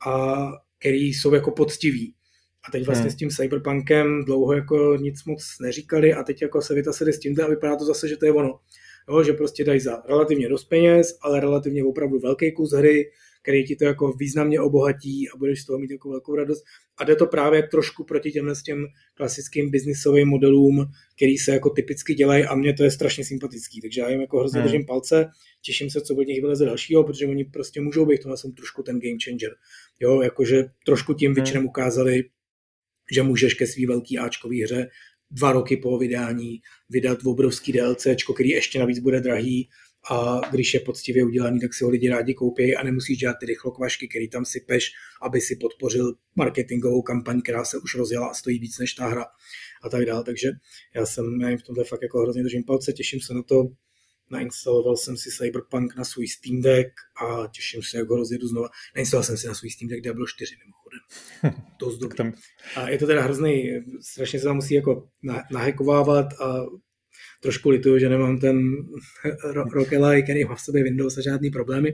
a který jsou jako poctiví. A teď vlastně s tím Cyberpunkem dlouho jako nic moc neříkali a teď jako se vytasili s tímhle a vypadá to zase, že to je ono. Jo, že prostě dají za relativně dost peněz, ale relativně opravdu velký kus hry, který ti to jako významně obohatí a budeš z toho mít jako velkou radost. A jde to právě trošku proti těm klasickým biznisovým modelům, který se jako typicky dělají a mně to je strašně sympatický. Takže já jim jako hrozně držím palce, těším se, co od nich vyleze dalšího, protože oni prostě můžou být, tohle jsem trošku ten game changer. Jo, jakože trošku tím Witcherem ukázali, že můžeš ke svý velký áčkový hře 2 roky po vydání vydat obrovský DLCčko, který ještě navíc bude drahý a když je poctivě udělaný, tak si ho lidi rádi koupí a nemusíš dělat ty rychlokvašky, který tam sypeš, aby si podpořil marketingovou kampaň, která se už rozjela a stojí víc než ta hra a tak dále. Takže já jim v tomhle fakt jako hrozně držím palce, těším se na to. Nainstaloval jsem si Cyberpunk na svůj Steam Deck a těším se, jak ho rozjedu znova. Nainstaloval jsem si na svůj Steam Deck Diablo 4 mimochodem. To dobrý. A je to teda hrozný, strašně se tam musí jako nahackovávat a trošku lituju, že nemám ten Rock'n'Roll, který má v sobě Windows a žádný problémy,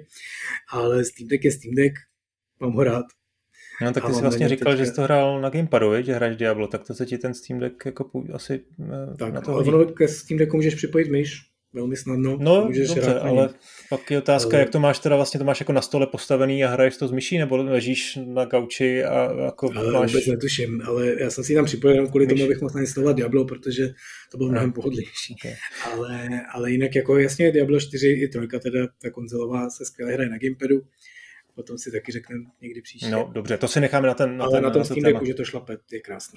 ale Steam Deck je Steam Deck, mám ho rád. No tak ty jsi vlastně říkal, že jsi to hrál na Gamepadu, že hraješ Diablo, tak to se ti ten Steam Deck jako asi tak, na to hodí. Tak, ke Steam Decku můžeš připojit myš, velmi snadno. No, můžeš dobře, hrát ale pak je otázka, jak to máš teda vlastně, to máš jako na stole postavený a hraješ to s myší, nebo ležíš na gauči a jako máš... Vůbec netuším, ale já jsem si tam připojil jenom kvůli tomu, abych mohl nainstalovat Diablo, protože to bylo mnohem pohodlnější. Okay. Ale jinak jako jasně Diablo 4 i 3, teda ta konzolová se skvěle hraje na gamepadu, potom si taky řekneme někdy příště. No dobře, to si necháme na ten ale na tom Steam Decku, že to šlape, je krásný.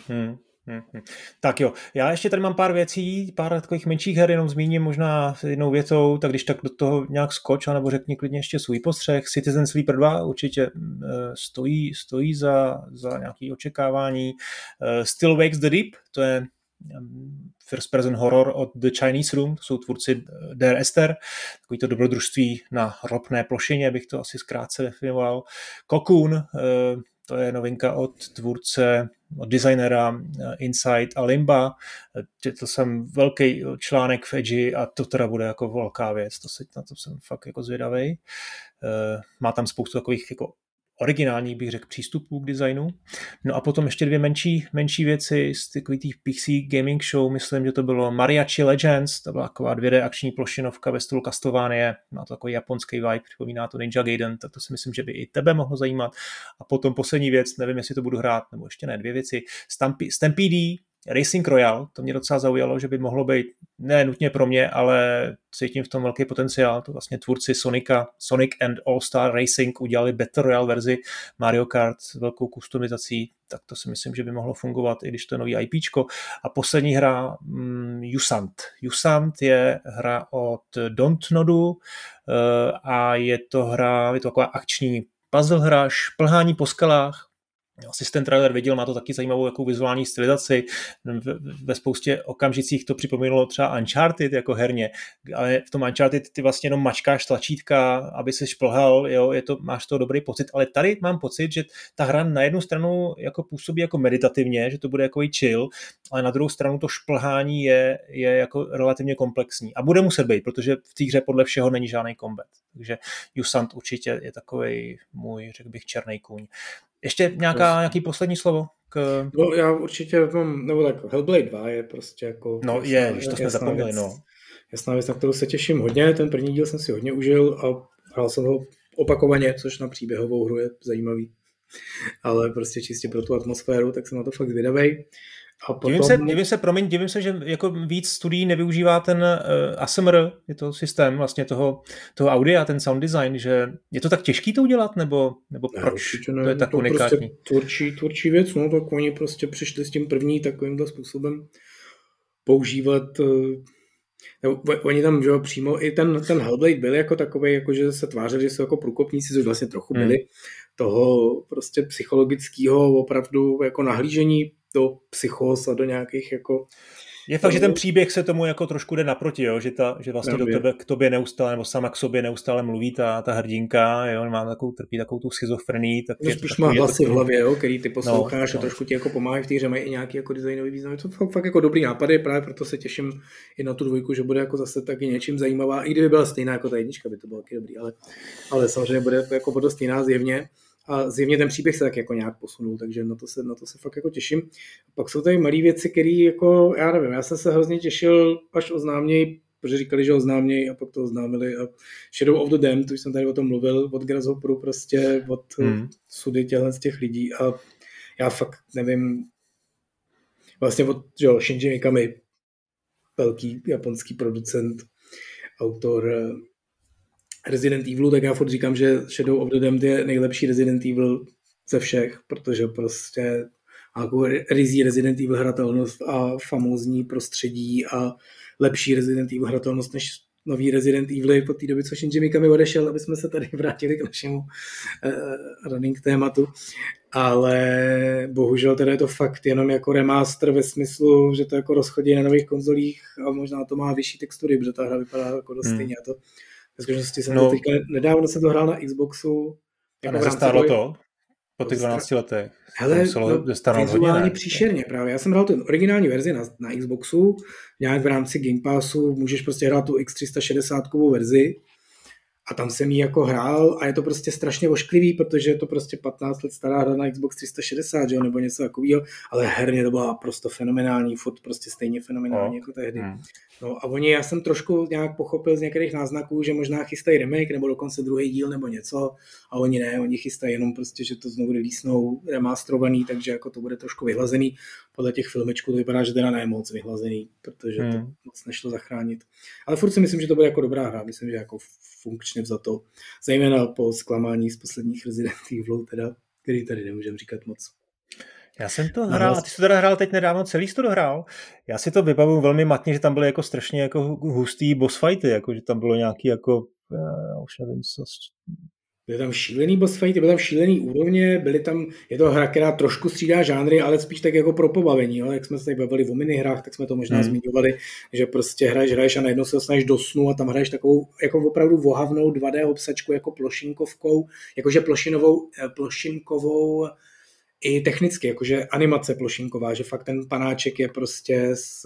Tak jo, já ještě tady mám pár věcí, pár takových menších her, jenom zmíním možná jednou větou, tak když tak do toho nějak skoč, anebo řekni klidně ještě svůj postřeh. Citizen Sleeper 2 určitě stojí za nějaké očekávání. Still Wakes the Deep, to je first person horror od The Chinese Room, to jsou tvůrci Dear Esther, takový to dobrodružství na ropné plošině, bych to asi zkrátce definoval. Cocoon, to je novinka od tvůrce, od designera Inside a Limba. Četl jsem velký článek v Edgy a to teda bude jako velká věc. Na to jsem fakt jako zvědavej. Má tam spoustu takových jako originální, bych řekl, přístupů k designu. No a potom ještě dvě menší věci z takových těch PC gaming show. Myslím, že to bylo Mariachi Legends, to byla taková 2D akční plošinovka ve stylu Castlevania, má to takový japonský vibe, připomíná to Ninja Gaiden, tak to si myslím, že by i tebe mohlo zajímat. A potom poslední věc, nevím, jestli to budu hrát, nebo ještě ne, dvě věci. Stampede Racing Royale, to mě docela zaujalo, že by mohlo být ne nutně pro mě, ale cítím v tom velký potenciál. To vlastně tvůrci Sonic and All-Star Racing udělali Battle Royale verzi Mario Kart s velkou kustomizací, tak to si myslím, že by mohlo fungovat, i když to je nový IPčko. A poslední hra Jusant. Jusant je hra od Dontnodu a je to taková akční puzzle hra, šplhání po skalách. Asi ten trailer viděl, má to taky zajímavou jakou vizuální stylizaci. Ve spoustě okamžicích to připomínalo třeba Uncharted jako herně, ale v tom Uncharted ty vlastně jenom mačkáš tlačítka, aby se šplhal, jo, máš to dobrý pocit, ale tady mám pocit, že ta hra na jednu stranu jako působí jako meditativně, že to bude jako chill, ale na druhou stranu to šplhání je jako relativně komplexní a bude muset být, protože v té hře podle všeho není žádný combat. Takže Jusant určitě je takovej můj, řekl bych, černý kůň. Ještě nějaký poslední slovo? No já určitě mám, nebo tak Hellblade 2 je prostě jako... No to jsme zapomněli, Jasná věc, na kterou se těším hodně, ten první díl jsem si hodně užil a hrál jsem ho opakovaně, což na příběhovou hru je zajímavý, ale prostě čistě pro tu atmosféru, tak jsem na to fakt zvědavej. A potom... Divím se, že jako víc studií nevyužívá ten ASMR, je to systém vlastně toho audia, ten sound design, že je to tak těžký to udělat, nebo proč to je tak unikátní? Prostě tvůrčí věc, no, tak oni prostě přišli s tím první takovýmhle způsobem používat, oni tam, že přímo i ten Hellblade byl jako takovej, jako že se tvářili, že jsou jako průkopníci, což vlastně trochu byli toho prostě psychologického opravdu jako nahlížení do psychos a do nějakých jako... Je fakt, že ten příběh se tomu jako trošku jde naproti, jo? Že vlastně k tobě neustále, nebo sama k sobě neustále mluví ta hrdinka, jo? Trpí takovou tu schizofrenii. Tak no, spíš má hlasy v hlavě, jo? Který ty posloucháš a trošku ti jako pomáhají v té hře, mají i nějaký jako designový význam. Je to fakt jako dobrý nápady, právě proto se těším i na tu dvojku, že bude jako zase taky něčím zajímavá. I kdyby byla stejná jako ta jednička, by to bylo taky dobrý, ale samozřejmě bude jako dost jiná zjevně. A zjevně ten příběh se tak jako nějak posunul, takže na to se fakt jako těším. Pak jsou tady malé věci, které jako, já nevím, já jsem se hrozně těšil, až oznáměj, protože říkali, že oznáměj a pak to oznámili. A Shadow of the Damned, už jsem tady o tom mluvil, od Grasshopperu prostě, od sudy z těch lidí a já fakt nevím, vlastně od Shinji Mikami, velký japonský producent, autor Resident Evilu, tak já furt říkám, že Shadow of the Damned je nejlepší Resident Evil ze všech, protože prostě jako rizí Resident Evil hratelnost a famózní prostředí a lepší Resident Evil hratelnost než nový Resident Evil po té době, co Shinji Mikami odešel, aby jsme se tady vrátili k našemu running tématu. Ale bohužel teda je to fakt jenom jako remaster ve smyslu, že to jako rozchodí na nových konzolích a možná to má vyšší textury, protože ta hra vypadá jako dost stejně a to ve skutečnosti jsem to teďka nedávno jsem to hrál na Xboxu. A nezestárlo to po těch 12 letech? Hele, vizuálně příšerně právě. Já jsem hrál tu originální verzi na Xboxu, nějak v rámci Game Passu, můžeš prostě hrát tu X360 verzi a tam jsem ji jako hrál a je to prostě strašně ošklivý, protože je to prostě 15 let stará hra na Xbox 360, že? Nebo něco takového, ale herně to byla prostě fenomenální, furt prostě stejně fenomenální jako tehdy. No a oni, já jsem trošku nějak pochopil z některých náznaků, že možná chystají remake nebo dokonce druhý díl nebo něco a oni ne, oni chystají jenom prostě, že to znovu releasenou remasterovaný, takže jako to bude trošku vyhlazený. Podle těch filmečků to vypadá, že teda ne moc vyhlazený, protože to moc nešlo zachránit. Ale furt si myslím, že to bude jako dobrá hra, myslím, že jako funkčně vzato, zejména po zklamání z posledních Resident Evilů, teda, který tady nemůžeme říkat moc. Já jsem to hrál, a ty jsi to teda hrál teď nedávno, celý jsi to dohrál. Já si to vybavuju velmi matně, že tam byly jako strašně jako hustý boss fighty, jako že tam bylo nějaký jako, já už nevím, co. Byly tam šílený boss fighty, byly tam šílený úrovně, byly tam, je to hra, která trošku střídá žánry, ale spíš tak jako pro pobavení, jo? Jak jsme se tady bavili o minihrách, tak jsme to možná zmiňovali, že prostě hraješ a najednou se dostaneš do snu a tam hraješ takovou jako opravdu vohavnou 2D obsačku jako plošinkovkou, jakože plošinkovou i technicky, jakože animace plošinková, že fakt ten panáček je prostě z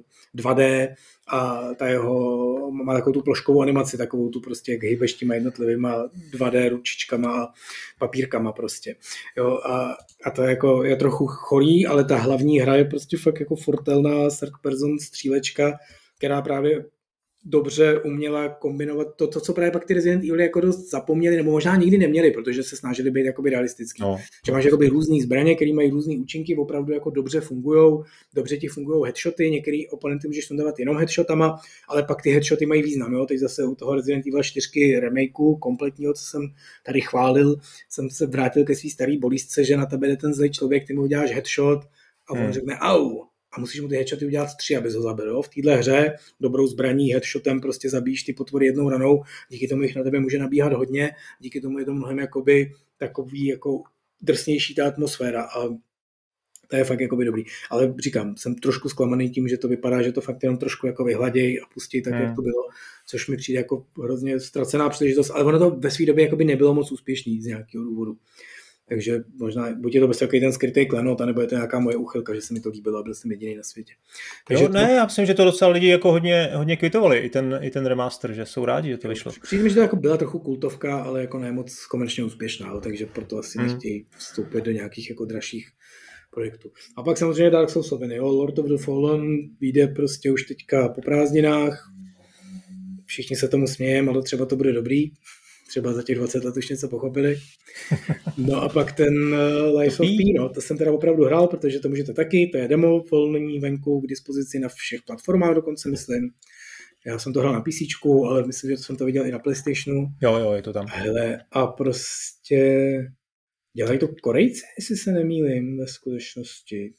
2D a ta jeho má takovou tu ploškovou animaci, takovou tu prostě, jak hýbeš těma jednotlivýma 2D ručičkama a papírkama prostě. Jo, a to jako je trochu chorý, ale ta hlavní hra je prostě fakt jako fortelná third person střílečka, která právě dobře uměla kombinovat to, co právě pak ty Resident Evil jako dost zapomněli, nebo možná nikdy neměli, protože se snažili být jakoby realistický. No. Že máš jakoby různý zbraně, které mají různý účinky, opravdu jako dobře fungujou, dobře ti fungují headshoty, některý oponenty můžeš sundávat jenom headshotama, ale pak ty headshoty mají význam. Jo? Teď zase u toho Resident Evil 4 remakeu kompletního, co jsem tady chválil, jsem se vrátil ke svý starý bolístce, že na tebe jde ten zlej člověk, ty mu uděláš headshot a on řekne au. A musíš mu ty headshoty udělat 3, abys ho zabil. Jo? V téhle hře dobrou zbraní headshotem prostě zabíjíš ty potvory jednou ranou, díky tomu jich na tebe může nabíhat hodně, díky tomu je to mnohem jakoby takový jako drsnější ta atmosféra a to je fakt jakoby dobrý. Ale říkám, jsem trošku zklamaný tím, že to vypadá, že to fakt jenom trošku jako vyhladěj a pustí tak, jak to bylo, což mi přijde jako hrozně ztracená příležitost, ale ono to ve své době jakoby nebylo moc úspěšný z nějakého důvodu. Takže možná, buď je to prostě takový ten skrytý klenot, anebo je to nějaká moje úchylka, že se mi to líbilo a byl jsem jediný na světě. Takže jo, ne, já myslím, že to docela lidi jako hodně kvitovali, i ten remaster, že jsou rádi, že to vyšlo. Přijde mi, že to jako byla trochu kultovka, ale jako ne moc komerčně úspěšná, takže proto asi nechtějí vstoupit do nějakých jako dražších projektů. A pak samozřejmě Dark Souls, jo, Lord of the Fallen vyjde prostě už teďka po prázdninách, všichni se tomu smějeme, ale třeba to bude dobrý. Třeba za těch 20 let už něco pochopili. No a pak ten Lies of P, no, to jsem teda opravdu hrál, protože to můžete taky, to je demo, volný venku k dispozici na všech platformách dokonce, myslím. Já jsem to hrál na PCčku, ale myslím, že jsem to viděl i na PlayStationu. Jo, je to tam. Hele, a prostě dělají to Korejci, jestli se nemýlím ve skutečnosti.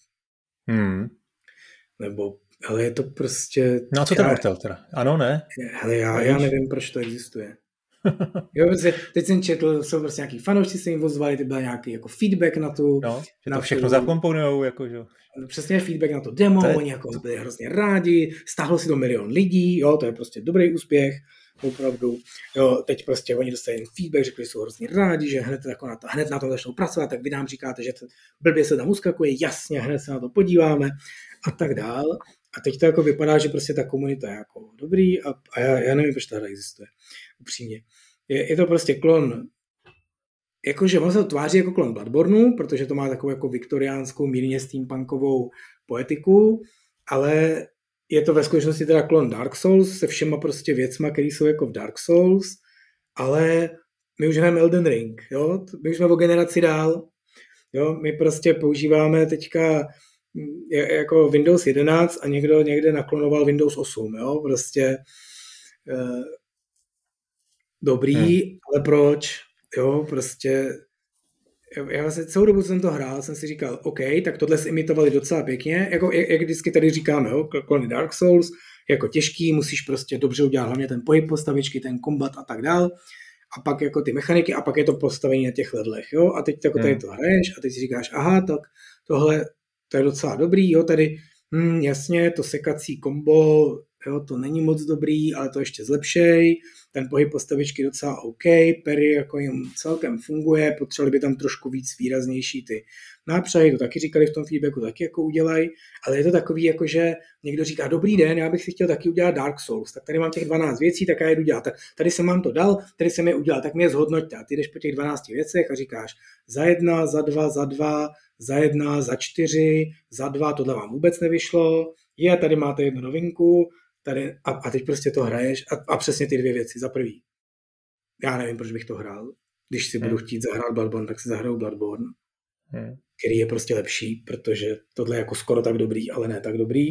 Nebo, ale je to prostě... No a co ten Ortel teda? Ano, ne? Hele, já nevím, proč to existuje. Jo, teď jsem četl, jsou prostě nějaký fanoušci se jim ozvali, to byl nějaký jako feedback na tu... No, že to všechno zakomponujou, jakože... Přesně feedback na to demo, oni jako byli hrozně rádi, stáhlo si to 1 milion lidí, jo, to je prostě dobrý úspěch, opravdu. Jo, teď prostě oni dostali feedback, řekli, že jsou hrozně rádi, že hned na to začnou pracovat, tak vy nám říkáte, že blbě se tam uskakuje, jasně, hned se na to podíváme a tak dál. A teď to jako vypadá, že prostě ta komunita je jako dobrý a já nevím, proč ta hra existuje, upřímně. Je to prostě klon, jakože ono se to tváří jako klon Bloodborneu, protože to má takovou jako viktoriánskou, mírně steampunkovou poetiku, ale je to ve skutečnosti teda klon Dark Souls se všema prostě věcma, které jsou jako v Dark Souls, ale my už hrajeme Elden Ring, jo? My už jsme o generaci dál, jo? My prostě používáme teďka jako Windows 11 a někdo někde naklonoval Windows 8, jo, prostě dobrý, ale proč, jo, prostě já vlastně celou dobu jsem to hrál, jsem si říkal, OK, tak tohle imitovali docela pěkně, jako jak vždycky tady říkáme, jo, klony Dark Souls, jako těžký, musíš prostě dobře udělat hlavně ten pohyb postavičky, ten kombat a tak dál, a pak jako ty mechaniky a pak je to postavení na těch levelech, jo, a teď jako tady to hraješ a teď si říkáš, aha, tak tohle to je docela dobrý, jo, tady, jasně, to sekací kombo, jo, to není moc dobrý, ale to ještě zlepšej, ten pohyb postavičky docela OK, parry jako jim celkem funguje, potřebovali by tam trošku víc výraznější ty nápřahy, to taky říkali v tom feedbacku, taky jako udělají, ale je to takový, jako že někdo říká, dobrý den, já bych si chtěl taky udělat Dark Souls, tak tady mám těch 12 věcí, tak já jdu dělat, tak tady jsem vám to dal, tady jsem je udělal, tak mi je zhodnoťte a ty jdeš po těch 12 věcech a říkáš za 1, za 2, za 1, za 4, za 2, tohle vám vůbec nevyšlo, tady máte jednu novinku, tady a teď prostě to hraješ a přesně ty dvě věci. Za prvý, já nevím, proč bych to hrál. Když si budu chtít zahrát Bloodborne, tak si zahraju Bloodborne, který je prostě lepší, protože tohle je jako skoro tak dobrý, ale ne tak dobrý.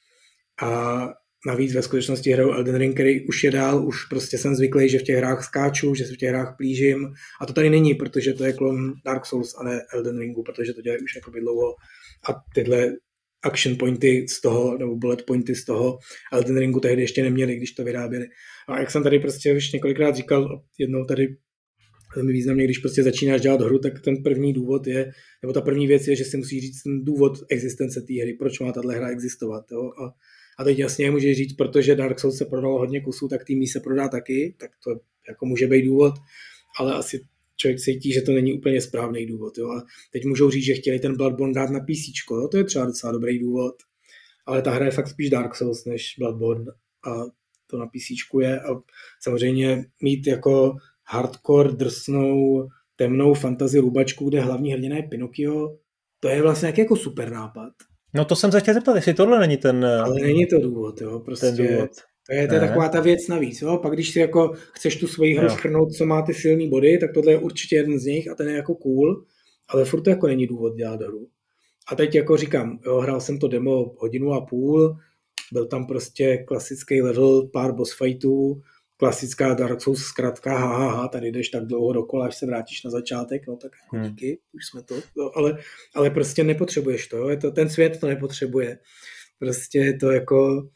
A navíc ve skutečnosti hraju Elden Ring, který už je dál, už prostě jsem zvyklý, že v těch hrách skáču, že se v těch hrách plížím. A to tady není, protože to je klon Dark Souls a ne Elden Ringu, protože to dělají už jakoby dlouho. A tyhle action pointy z toho, nebo bullet pointy z toho Elden Ringu tehdy ještě neměli, když to vyráběli. A jak jsem tady prostě už několikrát říkal, jednou tady velmi významně, když prostě začínáš dělat hru, tak ten první důvod je, nebo ta první věc je, že si musíš říct ten důvod existence té hry, proč má tahle hra existovat. Jo? A teď jasně můžeš říct, protože Dark Souls se prodalo hodně kusů, tak tým se prodá taky, tak to jako může být důvod, ale asi člověk cítí, že to není úplně správný důvod. Jo? A teď můžou říct, že chtěli ten Bloodborne dát na PCčko, jo? To je třeba docela dobrý důvod, ale ta hra je fakt spíš Dark Souls než Bloodborne a to na PCčku je a samozřejmě mít jako hardcore, drsnou, temnou fantasy rubačku, kde hlavní hrdina je Pinocchio, to je vlastně jako super nápad. No to jsem se chtěl zeptat, jestli tohle není ten... Ale není to důvod, jo, prostě ten důvod. To je taková ta věc navíc, jo, pak když si jako chceš tu svoji hru shrnout, co má ty silný body, tak tohle je určitě jeden z nich a ten je jako cool, ale furt to jako není důvod dělat hru. A teď jako říkám, jo, hrál jsem to demo 1.5 hodiny, byl tam prostě klasický level, pár boss fightů, klasická Dark Souls zkratka, tady jdeš tak dlouho dokola, až se vrátíš na začátek, no tak jako díky, už jsme to, no, ale prostě nepotřebuješ to, jo? Ten svět to nepotřebuje. Prostě je to jako,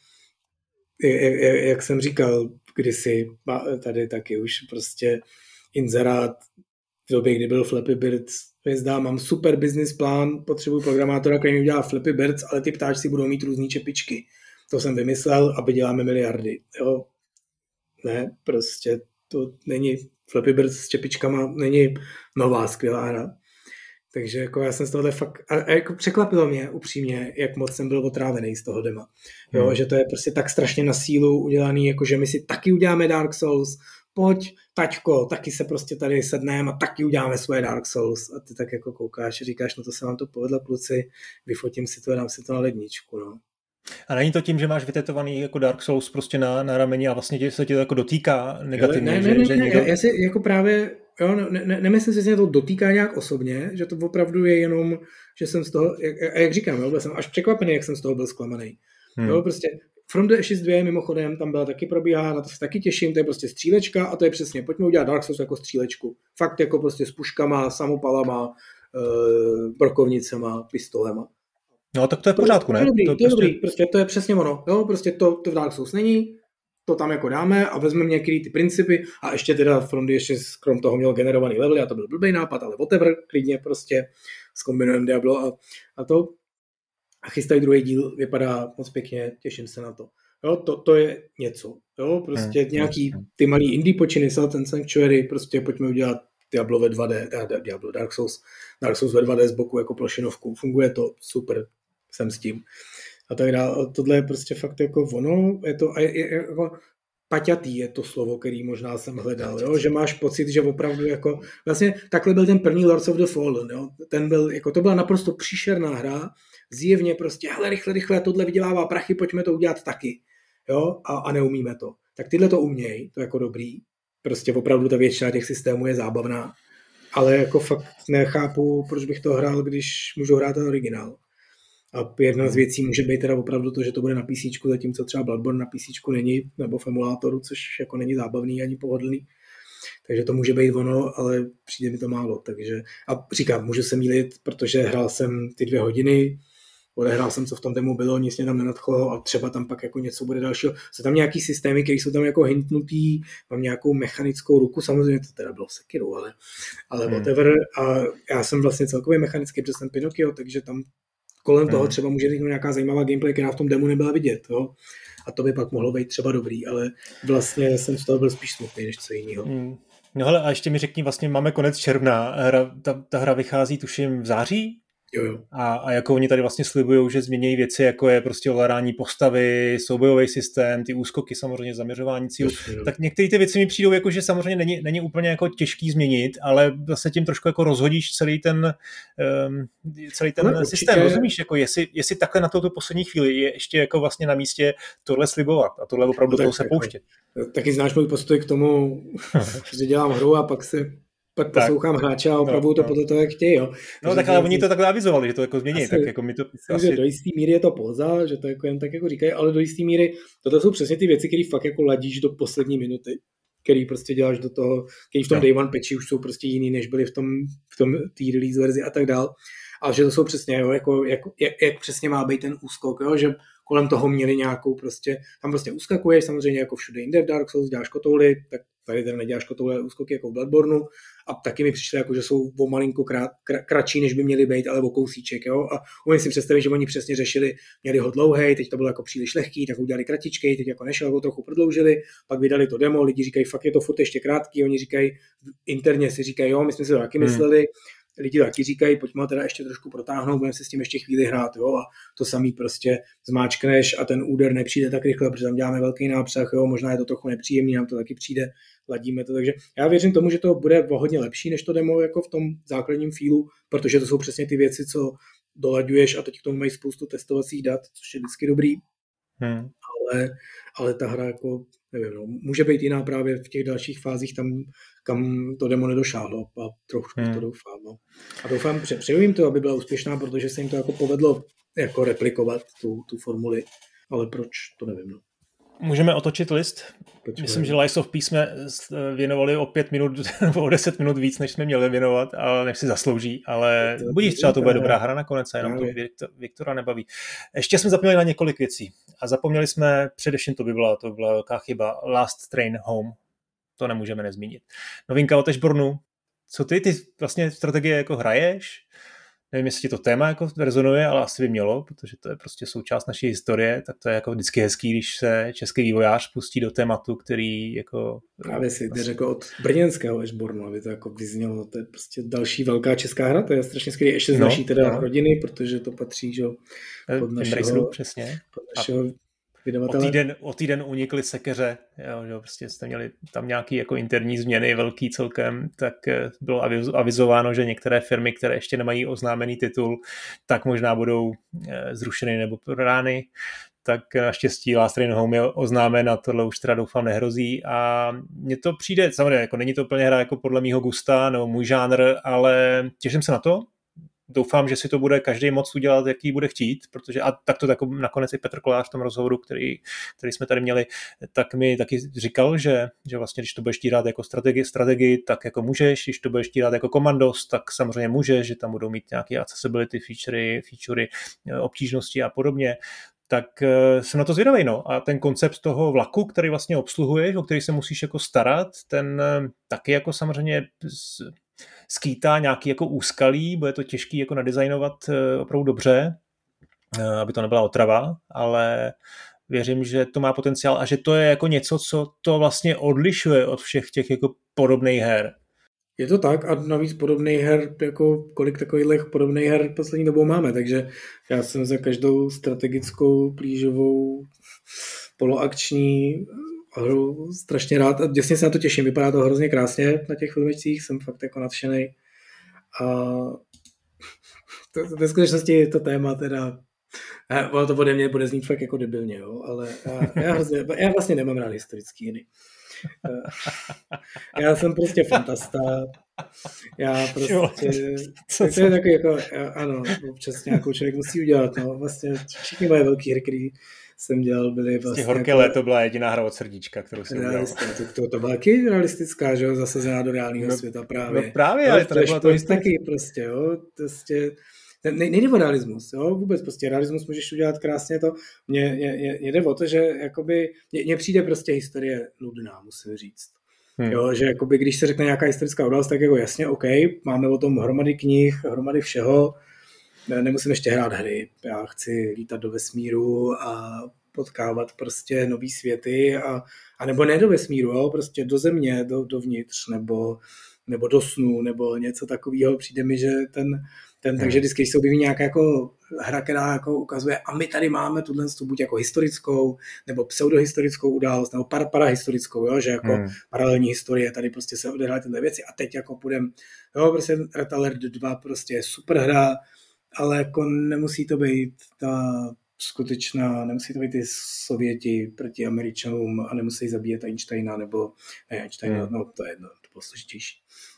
jak jsem říkal kdysi, tady taky už prostě inzerát v době, kdy byl Flappy Bird, hvězda, mám super business plán, potřebuji programátora, který mi udělá Flappy Birds, ale ty ptáčci budou mít různý čepičky. To jsem vymyslel, aby děláme miliardy, jo. Ne, prostě to není Flappy Bird s čepičkama, není nová skvělá hra. Takže jako já jsem z tohohle fakt, a jako překvapilo mě upřímně, jak moc jsem byl otrávený z toho dema. Jo, že to je prostě tak strašně na sílu udělaný, jako že my si taky uděláme Dark Souls, pojď, taťko, taky se prostě tady sedneme a taky uděláme svoje Dark Souls. A ty tak jako koukáš a říkáš, no to se vám to povedlo, kluci, vyfotím si to a dám si to na ledničku, no. A není to tím, že máš vytetovaný jako Dark Souls prostě na rameni a vlastně se ti to jako dotýká negativně? Ne, někdo... já si jako právě, jo, nemyslím si, že to dotýká nějak osobně, že to opravdu je jenom, že jsem z toho, jak říkám, jo, byl jsem až překvapený, jak jsem z toho byl zklamaný. Jo, prostě From the Ashes 2 mimochodem, tam byla taky probíhá, na to se taky těším, to je prostě střílečka a to je přesně, pojďme udělat Dark Souls jako střílečku. Fakt jako prostě s puškama, samopalama, brokovnicema, pistolema. No tak to je v pořádku, ne? To je dobrý, prostě to je přesně ono, jo, prostě to v Dark Souls není, to tam jako dáme a vezmeme některé ty principy a ještě teda From the Ashes krom toho měl generovaný level a to byl blbý nápad, ale whatever, klidně prostě zkombinujeme Diablo a to a chystají druhý díl, vypadá moc pěkně, těším se na to. Jo, to je něco, jo, prostě nějaký ty malý indie počiny, ten Sanctuary, prostě pojďme udělat Diablo ve 2D, Dark Souls ve 2D z boku jako plošinovku, funguje to, super, jsem s tím. A tak dále, tohle je prostě fakt jako ono, je to jako paťatý je to slovo, který možná jsem hledal, jo? Že máš pocit, že opravdu jako, vlastně takhle byl ten první Lords of the Fallen, jo? Ten byl, jako to byla naprosto příšerná hra, zjevně prostě, hele, rychle, tohle vydělává prachy, pojďme to udělat taky, jo? A neumíme to. Tak tyhle to umějí, to je jako dobrý, prostě opravdu ta většina těch systémů je zábavná, ale jako fakt nechápu, proč bych to hrál, když můžu hrát ten originál. A jedna z věcí může být teda opravdu to, že to bude na PCčku, zatímco třeba Bloodborne na PCčku není, nebo v emulátoru, což jako není zábavný ani pohodlný. Takže to může být ono, ale přijde mi to málo. Takže, a říkám, můžu se mýlit, protože hrál jsem ty 2 hodiny, odehrál jsem, co v tom demo bylo, nic mě tam nenadchlo a třeba tam pak jako něco bude dalšího. Jsou tam nějaký systémy, které jsou tam jako hintnutý, mám nějakou mechanickou ruku, samozřejmě to teda bylo v Sekiru, ale whatever. A já jsem vlastně celkově mechanický, protože jsem Pinocchio, takže tam kolem toho třeba může být nějaká zajímavá gameplay, která v tom demo nebyla vidět. Jo? A to by pak mohlo být třeba dobrý, ale vlastně jsem z toho byl spíš smutný, než co jiného. No hele, a ještě mi řekni, vlastně máme konec června, ta hra vychází tuším v září? Jo. A jako oni tady vlastně slibují, že změní věci, jako je prostě ovládání postavy, soubojový systém, ty úskoky, samozřejmě zaměřování cílů. Tak některé ty věci mi přijdou, jako, že samozřejmě není úplně jako těžký změnit, ale zase tím trošku jako rozhodíš celý ten systém. Rozumíš, jako jestli takhle na tu poslední chvíli je ještě jako vlastně na místě tohle slibovat a tohle opravdu do toho se pouštět. Taky znáš můj postoj k tomu, že dělám hru a pak poslouchám hráče a opravdu to podle toho, jak chtějí, jo. No tak ale oni to takhle avizovali, že to jako změní, tak jako mi to asi... Že do jistý míry je to póza, že to jako jen tak jako říkají, ale do jistý míry toto jsou přesně ty věci, které fakt jako ladíš do poslední minuty, který prostě děláš do toho, který v tom day one patchi už jsou prostě jiný, než byly v tom té release verzi a tak dál. Ale že to jsou přesně, jo, jak přesně má být ten úskok, jo, že kolem toho měli nějakou prostě, tam prostě uskakuješ, samozřejmě jako všude jinde v Dark Souls, děláš kotouly, tak tady teda neděláš kotouly, úskoky jako v Bloodborneu a taky mi přišlo jako, že jsou o malinko kratší, než by měly být, ale o kousíček, jo, a umím si představit, že oni přesně řešili, měli ho dlouhej, teď to bylo jako příliš lehký, tak ho udělali kratičkej, teď jako nešel, ho trochu prodloužili, pak vydali to demo, lidi říkají, fakt je to furt ještě krátký, oni říkají, interně si říkají, jo, my jsme si to taky mysleli, lidi taky říkají, pojďme ho teda ještě trošku protáhnout, budeme si s tím ještě chvíli hrát, jo, a to samý prostě zmáčkneš a ten úder nepřijde tak rychle, protože tam děláme velký nápřah, jo, možná je to trochu nepříjemný, nám to taky přijde, ladíme to, takže já věřím tomu, že to bude hodně lepší než to demo jako v tom základním feelu, protože to jsou přesně ty věci, co dolaďuješ a teď k tomu mají spoustu testovacích dat, což je vždycky dobrý, ale ta hra jako, nevím, no, může být jiná právě v těch dalších fázích tam, kam to demo nedošáhlo a trochu to doufám. No. A doufám, přeju to, aby byla úspěšná, protože se jim to jako povedlo jako replikovat tu formuli, ale proč, to nevím. No. Můžeme otočit list. Myslím, že Lies of P jsme věnovali o 5 minut nebo o 10 minut víc, než jsme měli věnovat, ale než si zaslouží, ale budíš, třeba to bude dobrá hra nakonec a jenom to Viktora nebaví. Ještě jsme zapomněli na několik věcí a zapomněli jsme, především to byla velká chyba, Last Train Home. To nemůžeme nezmínit. Novinka od Ashbornu. Co ty vlastně strategie jako hraješ? Nevím, jestli ti to téma jako rezonuje, ale asi by mělo, protože to je prostě součást naší historie, tak to je jako vždycky hezký, když se český vývojář pustí do tématu, který jako... Právě si řekl od brněnského Ashbornu, aby to jako vyznělo, to je prostě další velká česká hra, to je strašně skvělý, ještě z naší teda rodiny, protože to patří, že pod našeho... Přesně. Pod našeho vydavatele. O týden unikly sekeře, jo, že prostě jste měli tam nějaký jako interní změny velký celkem, tak bylo avizováno, že některé firmy, které ještě nemají oznámený titul, tak možná budou zrušeny nebo prodány. Tak naštěstí Last Train Home je oznámen a tohle už teda doufám nehrozí a mně to přijde, samozřejmě jako není to úplně hra jako podle mýho gusta nebo můj žánr, ale těším se na to. Doufám, že si to bude každý moc udělat, jaký bude chtít, protože a tak to jako nakonec i Petr Kolář v tom rozhovoru, který jsme tady měli, tak mi taky říkal, že vlastně, když to budeš hrát jako strategii, tak jako můžeš, když to budeš hrát jako komandos, tak samozřejmě můžeš, že tam budou mít nějaké accessibility featurey, obtížnosti a podobně. Tak jsem na to zvědavej, no. A ten koncept toho vlaku, který vlastně obsluhuješ, o který se musíš jako starat, ten taky jako samozřejmě skýtá nějaký jako úskalí, bude to těžký jako nadizajnovat opravdu dobře, aby to nebyla otrava, ale věřím, že to má potenciál a že to je jako něco, co to vlastně odlišuje od všech těch jako podobných her. Je to tak a navíc podobných her, jako kolik takových podobných her poslední dobou máme, takže já jsem za každou strategickou, plížovou, poloakční hru strašně rád a děsně se na to těším, vypadá to hrozně krásně na těch filmečcích, jsem fakt jako nadšenej a ve skutečnosti to téma teda, ono to ode mě bude znít fakt jako debilně, jo, ale já vlastně nemám rád historický hry. Já jsem prostě fantasta. Já prostě... To je takový jako... Ano, občas nějakou člověk musí udělat. No. Vlastně všichni moje velký hry, které jsem dělal, byly vlastně... Horké jako, léto byla jediná hra od srdíčka, kterou jsem udělal. To byla taky realistická, že jo, zasazená do reálného světa právě. No právě, ale to nebylo to taky prostě, jo. Prostě... Nejde o realismus, jo, vůbec prostě realismus můžeš udělat krásně to, mně jde o to, že jakoby, mně přijde prostě historie nudná, musím říct. Jo, že jakoby, když se řekne nějaká historická událost, tak jako jasně, OK, máme o tom hromady knih, hromady všeho, nemusím ještě hrát hry, já chci lítat do vesmíru a potkávat prostě nový světy a nebo ne do vesmíru, jo, prostě do země, dovnitř, nebo do snu, nebo něco takového. Přijde mi, že takže vždycky, když se objeví nějaká jako hra, která jako ukazuje, a my tady máme tuhle buď jako historickou, nebo pseudohistorickou událost, nebo parahistorickou, jo, že jako paralelní historie, tady prostě se odehrály tyhle věci a teď jako půjdem, jo, prostě Red Alert 2 prostě je super hra, ale jako nemusí to být ta skutečná, nemusí to být ty Sověti proti Američanům a nemusí zabíjet Einsteina, nebo ne Einsteina, no to je jedno, to bylo složitější.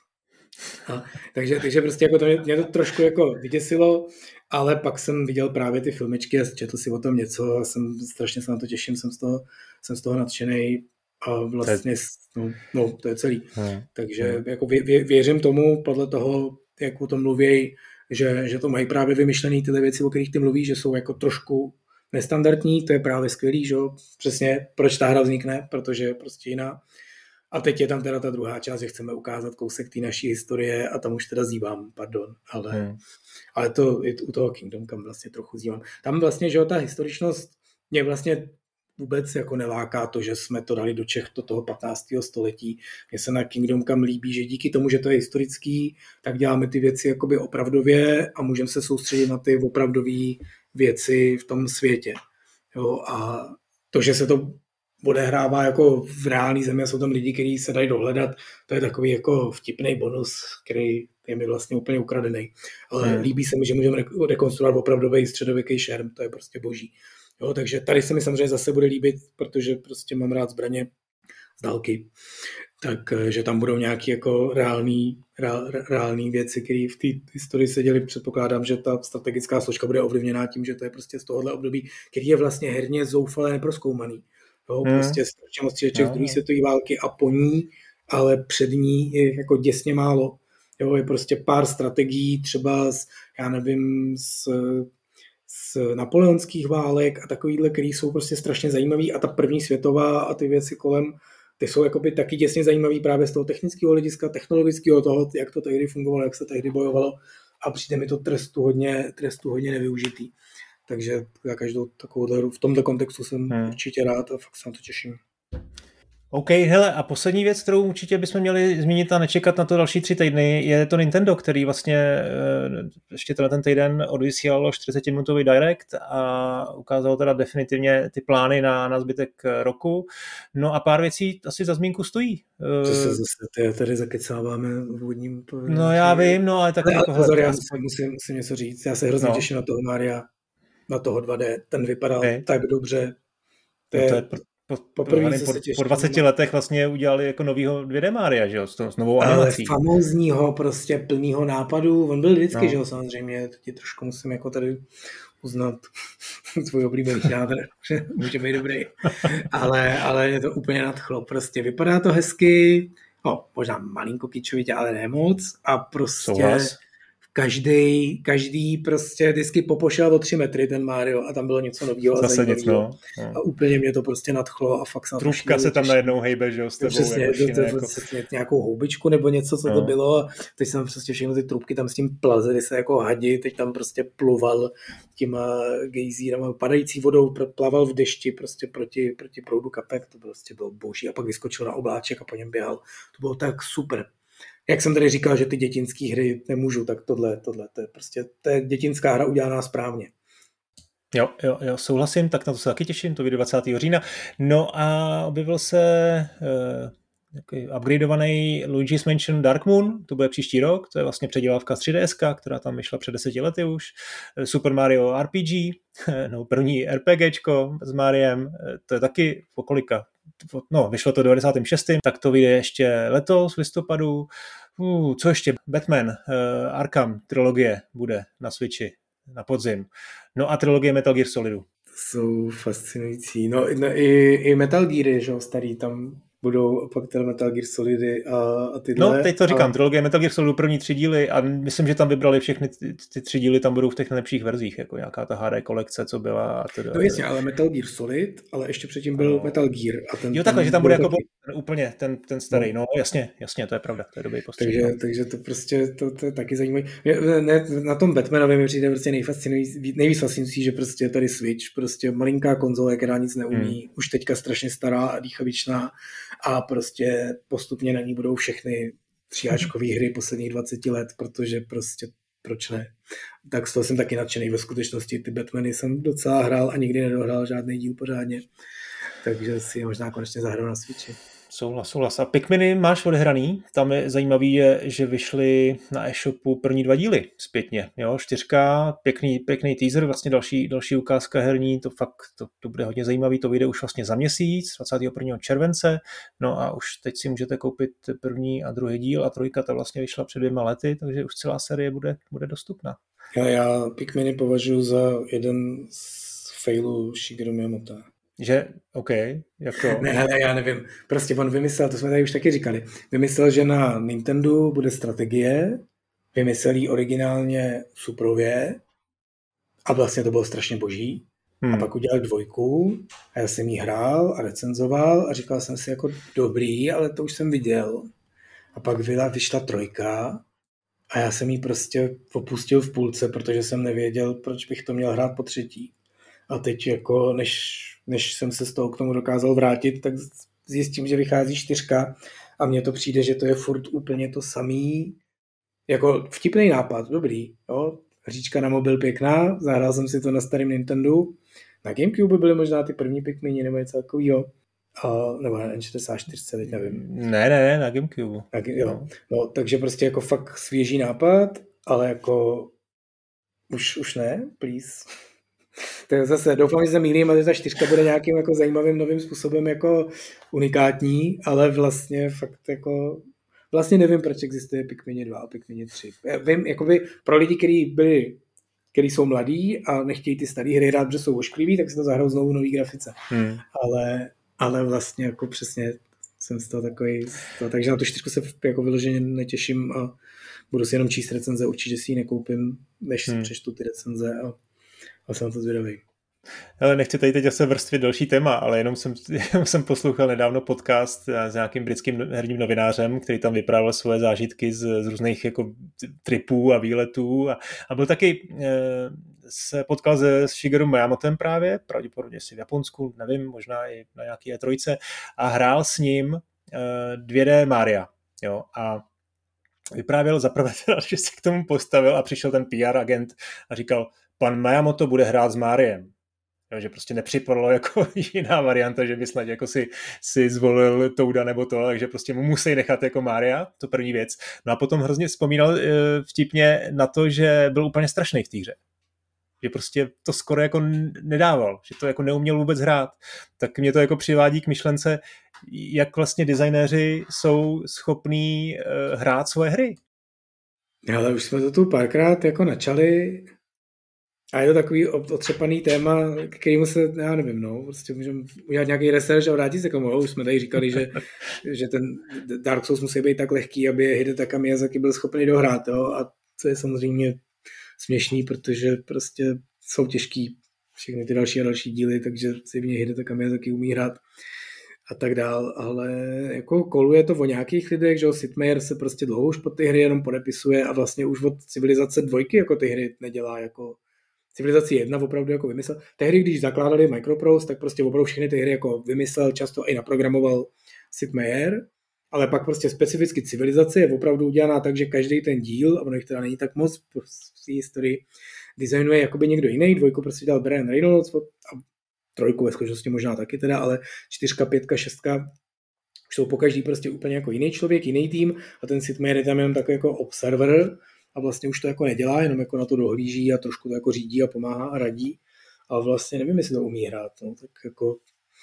Takže prostě jako to mě to trošku jako vyděsilo, ale pak jsem viděl právě ty filmičky a četl si o tom něco a strašně se na to těším, jsem z toho nadšenej a vlastně, no to je celý. Takže jako věřím tomu podle toho, jak o tom mluví, že to mají právě vymyšlený tyhle věci, o kterých ty mluví, že jsou jako trošku nestandardní, to je právě skvělý, že jo, přesně proč ta hra vznikne, protože je prostě jiná. A teď je tam teda ta druhá část, že chceme ukázat kousek té naší historie a tam už teda zívám, pardon, ale to je u toho Kingdom Come vlastně trochu zívám. Tam vlastně, že jo, ta historičnost mě vlastně vůbec jako neláká to, že jsme to dali do Čech do toho 15. století. Mně se na Kingdom Come líbí, že díky tomu, že to je historický, tak děláme ty věci jakoby opravdově a můžeme se soustředit na ty opravdové věci v tom světě. Jo, a to, že se to odehrává jako v reálné zemi a jsou tam lidi, kteří se dají dohledat, to je takový jako vtipný bonus, který je mi vlastně úplně ukradený. Ale líbí se mi, že můžeme rekonstruovat opravdový středověký šerm, to je prostě boží. Jo, takže tady se mi samozřejmě zase bude líbit, protože prostě mám rád zbraně z dálky. Takže tam budou nějaké jako reální věci, které v té historii se děly. Předpokládám, že ta strategická složka bude ovlivněná tím, že to je prostě z tohohle období, který je vlastně herně zoufale neprozkoumaný. Jo, prostě strašně moc stříleček z druhé světové války a po ní, ale před ní je jako děsně málo. Jo, je prostě pár strategií, třeba z napoleonských válek a takovýhle, který jsou prostě strašně zajímavý a ta první světová a ty věci kolem, ty jsou jakoby taky děsně zajímavý právě z toho technického hlediska, technologického toho, jak to tehdy fungovalo, jak se tehdy bojovalo a přijde mi to trestu hodně nevyužitý. Takže já každou takovou v tomto kontextu jsem určitě rád a fakt se na to těším. OK, hele, a poslední věc, kterou určitě bychom měli zmínit a nečekat na to další 3 týdny, je to Nintendo, který vlastně ještě ten týden odvysílalo 40-minutový direct a ukázalo teda definitivně ty plány na zbytek roku. No a pár věcí asi za zmínku stojí. Zase tady zakecáváme úvodním. No já vím, no ale tak jako pozor, já musím něco říct. Já se hrozně těším na toho Maria, na toho 2D. Ten vypadal tak dobře. To je po 20 letech vlastně udělali jako novýho 2D Maria, že jo, s novou animací. Ale famózního, prostě plnýho nápadu, on byl vždycky, že jo, samozřejmě, teď trošku musím jako tady uznat svůj oblíbený návrh, že může být dobrý, ale je to úplně nadchlo, prostě vypadá to hezky, no, možná malinko kičovitě, ale ne moc a prostě Souhlas. Každý prostě vždycky popošel o 3 metry ten Mario a tam bylo něco nového a zajímavého. A úplně mě to prostě nadchlo a fakt se na to trubka se tam najednou hejbe, že jo, s tebou. Přesně, nějakou houbičku nebo něco, co to bylo a teď jsem prostě všechny ty trubky tam s tím plazily se jako hadi, teď tam prostě pluval těma gejzírama, padající vodou, plaval v dešti prostě proti proudu kapek, to prostě bylo boží a pak vyskočil na obláček a po něm běhal. To bylo tak super. Jak jsem tady říkal, že ty dětinské hry nemůžu, tak tohle, to je prostě, to je dětinská hra udělaná správně. Jo, souhlasím, tak na to se taky těším, to vyjde 20. října. No a objevil se upgradeovaný Luigi's Mansion Dark Moon, to bude příští rok, to je vlastně předělávka z 3DS, která tam vyšla před 10 lety už. Super Mario RPG, no první RPGčko s Mariem, to je taky pokolika. No, vyšlo to 96. Tak to vyjde ještě letos v listopadu. Co ještě? Batman, Arkham trilogie bude na Switchi na podzim. No a trilogie Metal Gear Solidu. Jsou fascinující. No i Metal Geary, že jo, starý tam budou pak ty Metal Gear Solidy a tyhle. No, teď to říkám, trilogie Metal Gear Solidu první 3 díly a myslím, že tam vybrali všechny ty 3 díly, tam budou v těch nejlepších verzích, jako nějaká ta HD kolekce, co byla. A teda. No jasně, ale Metal Gear Solid, ale ještě předtím byl Metal Gear. A ten, jo, takhle, že tam bude jako úplně ten starý, no jasně, to je pravda, to je dobrý postřeh. Takže to prostě, to je taky zajímavé. Na tom Batmanovi mi přijde prostě nejvíc fascinující, že prostě tady Switch, prostě malinká konzole, která nic neumí, už teďka strašně stará a dýchavičná a prostě postupně na ní budou všechny 3Ačkový hry posledních 20 let, protože prostě proč ne. Tak z toho jsem taky nadšený ve skutečnosti. Ty Batmany jsem docela hrál a nikdy nedohrál žádný díl pořádně. Takže si je možná konečně zahraju na Switchi. Souhlas. A Pikminy máš odehraný? Tam je zajímavý, že vyšly na e-shopu první 2 díly zpětně. Jo? 4, pěkný teaser, vlastně další ukázka herní, to fakt to bude hodně zajímavý, to vyjde už vlastně za měsíc, 21. července, no a už teď si můžete koupit první a druhý díl a 3 ta vlastně vyšla před 2 lety, takže už celá série bude dostupná. Já Pikminy považuji za jeden z failů Shigeru Miyamota. Že, OK, jak to? Ne, já nevím. Prostě on vymyslel, to jsme tady už taky říkali, vymyslel, že na Nintendo bude strategie, vymyslel ji originálně suprově a vlastně to bylo strašně boží. A pak udělal 2 a já jsem ji hrál a recenzoval a říkal jsem si jako dobrý, ale to už jsem viděl. A pak vyšla 3 a já jsem ji prostě opustil v půlce, protože jsem nevěděl, proč bych to měl hrát po 3. A teď jako, než jsem se z toho k tomu dokázal vrátit, tak zjistím, že vychází 4 a mně to přijde, že to je furt úplně to samý. Jako vtipný nápad, dobrý, jo. Hříčka na mobil pěkná, zahrál jsem si to na starém Nintendo. Na Gamecube byly možná ty první Pikmini nebo něco takového. Nebo na N64, teď nevím. Ne, na Gamecube. Jo. No, takže prostě jako fakt svěží nápad, ale jako už ne, please. Tak zase doufám, že se mýlím, ale ta 4 bude nějakým jako zajímavým novým způsobem jako unikátní, ale vlastně fakt jako vlastně nevím, proč existuje Pikmini 2 a Pikmini 3. Já vím, jakoby pro lidi, kteří jsou mladí a nechtějí ty staré hry hrát, protože jsou oškliví, tak si to zahrajou znovu v nový grafice. Ale vlastně jako přesně jsem z toho takový, takže na tu 4 se jako vyloženě netěším a budu si jenom číst recenze, určitě si ji nekoupím, než si přečtu ty recenze a jsem to zvědavý. Ale nechci tady teď zase vrstvit další téma, ale jenom jsem poslouchal nedávno podcast s nějakým britským herním novinářem, který tam vyprávěl svoje zážitky z různých jako tripů a výletů a byl taky se potkal s Shigeru Miyamotem právě, pravděpodobně si v Japonsku, nevím, možná i na nějaký E3 a hrál s ním 2D Maria, jo, a vyprávěl zaprvé teda, že se k tomu postavil a přišel ten PR agent a říkal, pan Miyamoto bude hrát s Mariem. Jo, že prostě nepřipadlo jako jiná varianta, že by snad jako si zvolil Touda nebo to, takže prostě mu musí nechat jako Maria, to první věc. No a potom hrozně vzpomínal vtipně na to, že byl úplně strašný v té hře. Že prostě to skoro jako nedával, že to jako neuměl vůbec hrát. Tak mě to jako přivádí k myšlence, jak vlastně designéři jsou schopní hrát svoje hry. Ale už jsme to tu párkrát jako načali a je to takový otřepaný téma, kterému se, já nevím, no, prostě můžeme udělat nějaký research a vrátit se k tomu. Už jsme tady říkali, že ten Dark Souls musí být tak lehký, aby Hidetaka Miyazaki byl schopný dohrát, jo, a to je samozřejmě směšný, protože prostě jsou těžký všechny ty další a další díly, takže zjevně Hidetaka Miyazaki umí hrát a tak dál, ale jako koluje to o nějakých lidech, že Sid Meier se prostě dlouho už pod ty hry jenom podepisuje a vlastně už od Civilizace 2 jako ty hry nedělá jako Civilizaci 1 opravdu jako vymyslel. Tehdy, když zakládali Microprose, tak prostě opravdu všechny ty hry jako vymyslel, často i naprogramoval Sid Meier, ale pak prostě specificky Civilizace je opravdu udělaná tak, že každý ten díl, a ono jich teda není tak moc v té historii, designuje jakoby někdo jiný. 2 prostě dělal Brian Reynolds a 3 ve skutečnosti možná taky teda, ale 4, 5, 6 už jsou pokaždý prostě úplně jako jiný člověk, jiný tým a ten Sid Meier je tam jenom takový jako observer a vlastně už to jako nedělá, jenom jako na to dohlíží a trošku to jako řídí a pomáhá a radí, ale vlastně nevím, jestli to umí hrát, no, tak jako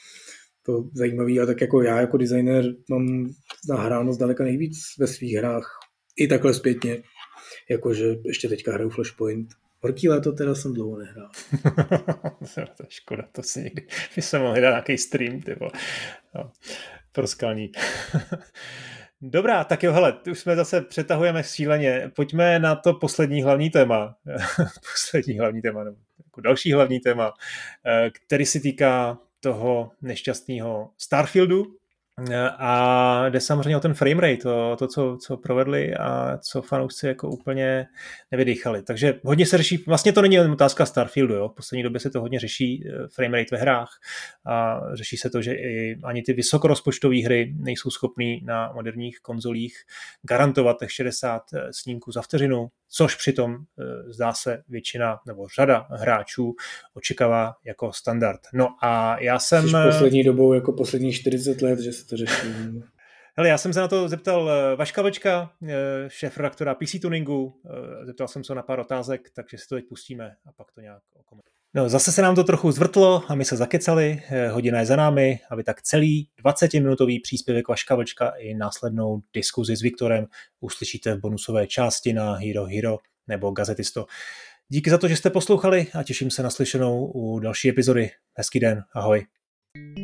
to zajímavý a tak jako já jako designer mám nahráno zdaleka nejvíc ve svých hrách, i takhle zpětně, jakože ještě teďka hraju Flashpoint. Horký léto teda jsem dlouho nehrál. To je škoda, to si někdy by se mohli dát nějaký stream, tyvo. No, pro skalní. Dobrá, tak jo, hele, už jsme zase přetahujeme šíleně. Pojďme na to poslední hlavní téma. Nebo jako další hlavní téma, který se týká toho nešťastného Starfieldu. A jde samozřejmě o ten framerate, to co provedli a co fanoušci jako úplně nevydýchali. Takže hodně se řeší, vlastně to není jen otázka Starfieldu, jo? V poslední době se to hodně řeší framerate ve hrách a řeší se to, že i ani ty vysokorozpočtové hry nejsou schopný na moderních konzolích garantovat těch 60 snímků za vteřinu, což přitom zdá se většina nebo řada hráčů očekává jako standard. No a já jsem... Jsi poslední dobou jako poslední 40 let, že se to řeší. Hele, já jsem se na to zeptal Vaška Vlčka, šéfredaktora PC Tuningu, zeptal jsem se na pár otázek, takže si to teď pustíme a pak to nějak okomentujeme. No, zase se nám to trochu zvrtlo a my se zakecali, hodina je za námi a vy tak celý 20-minutový příspěvek Vaška Vlčka i následnou diskuzi s Viktorem uslyšíte v bonusové části na Hero Hero nebo Gazetisto. Díky za to, že jste poslouchali a těším se na slyšenou u další epizody. Hezký den, ahoj.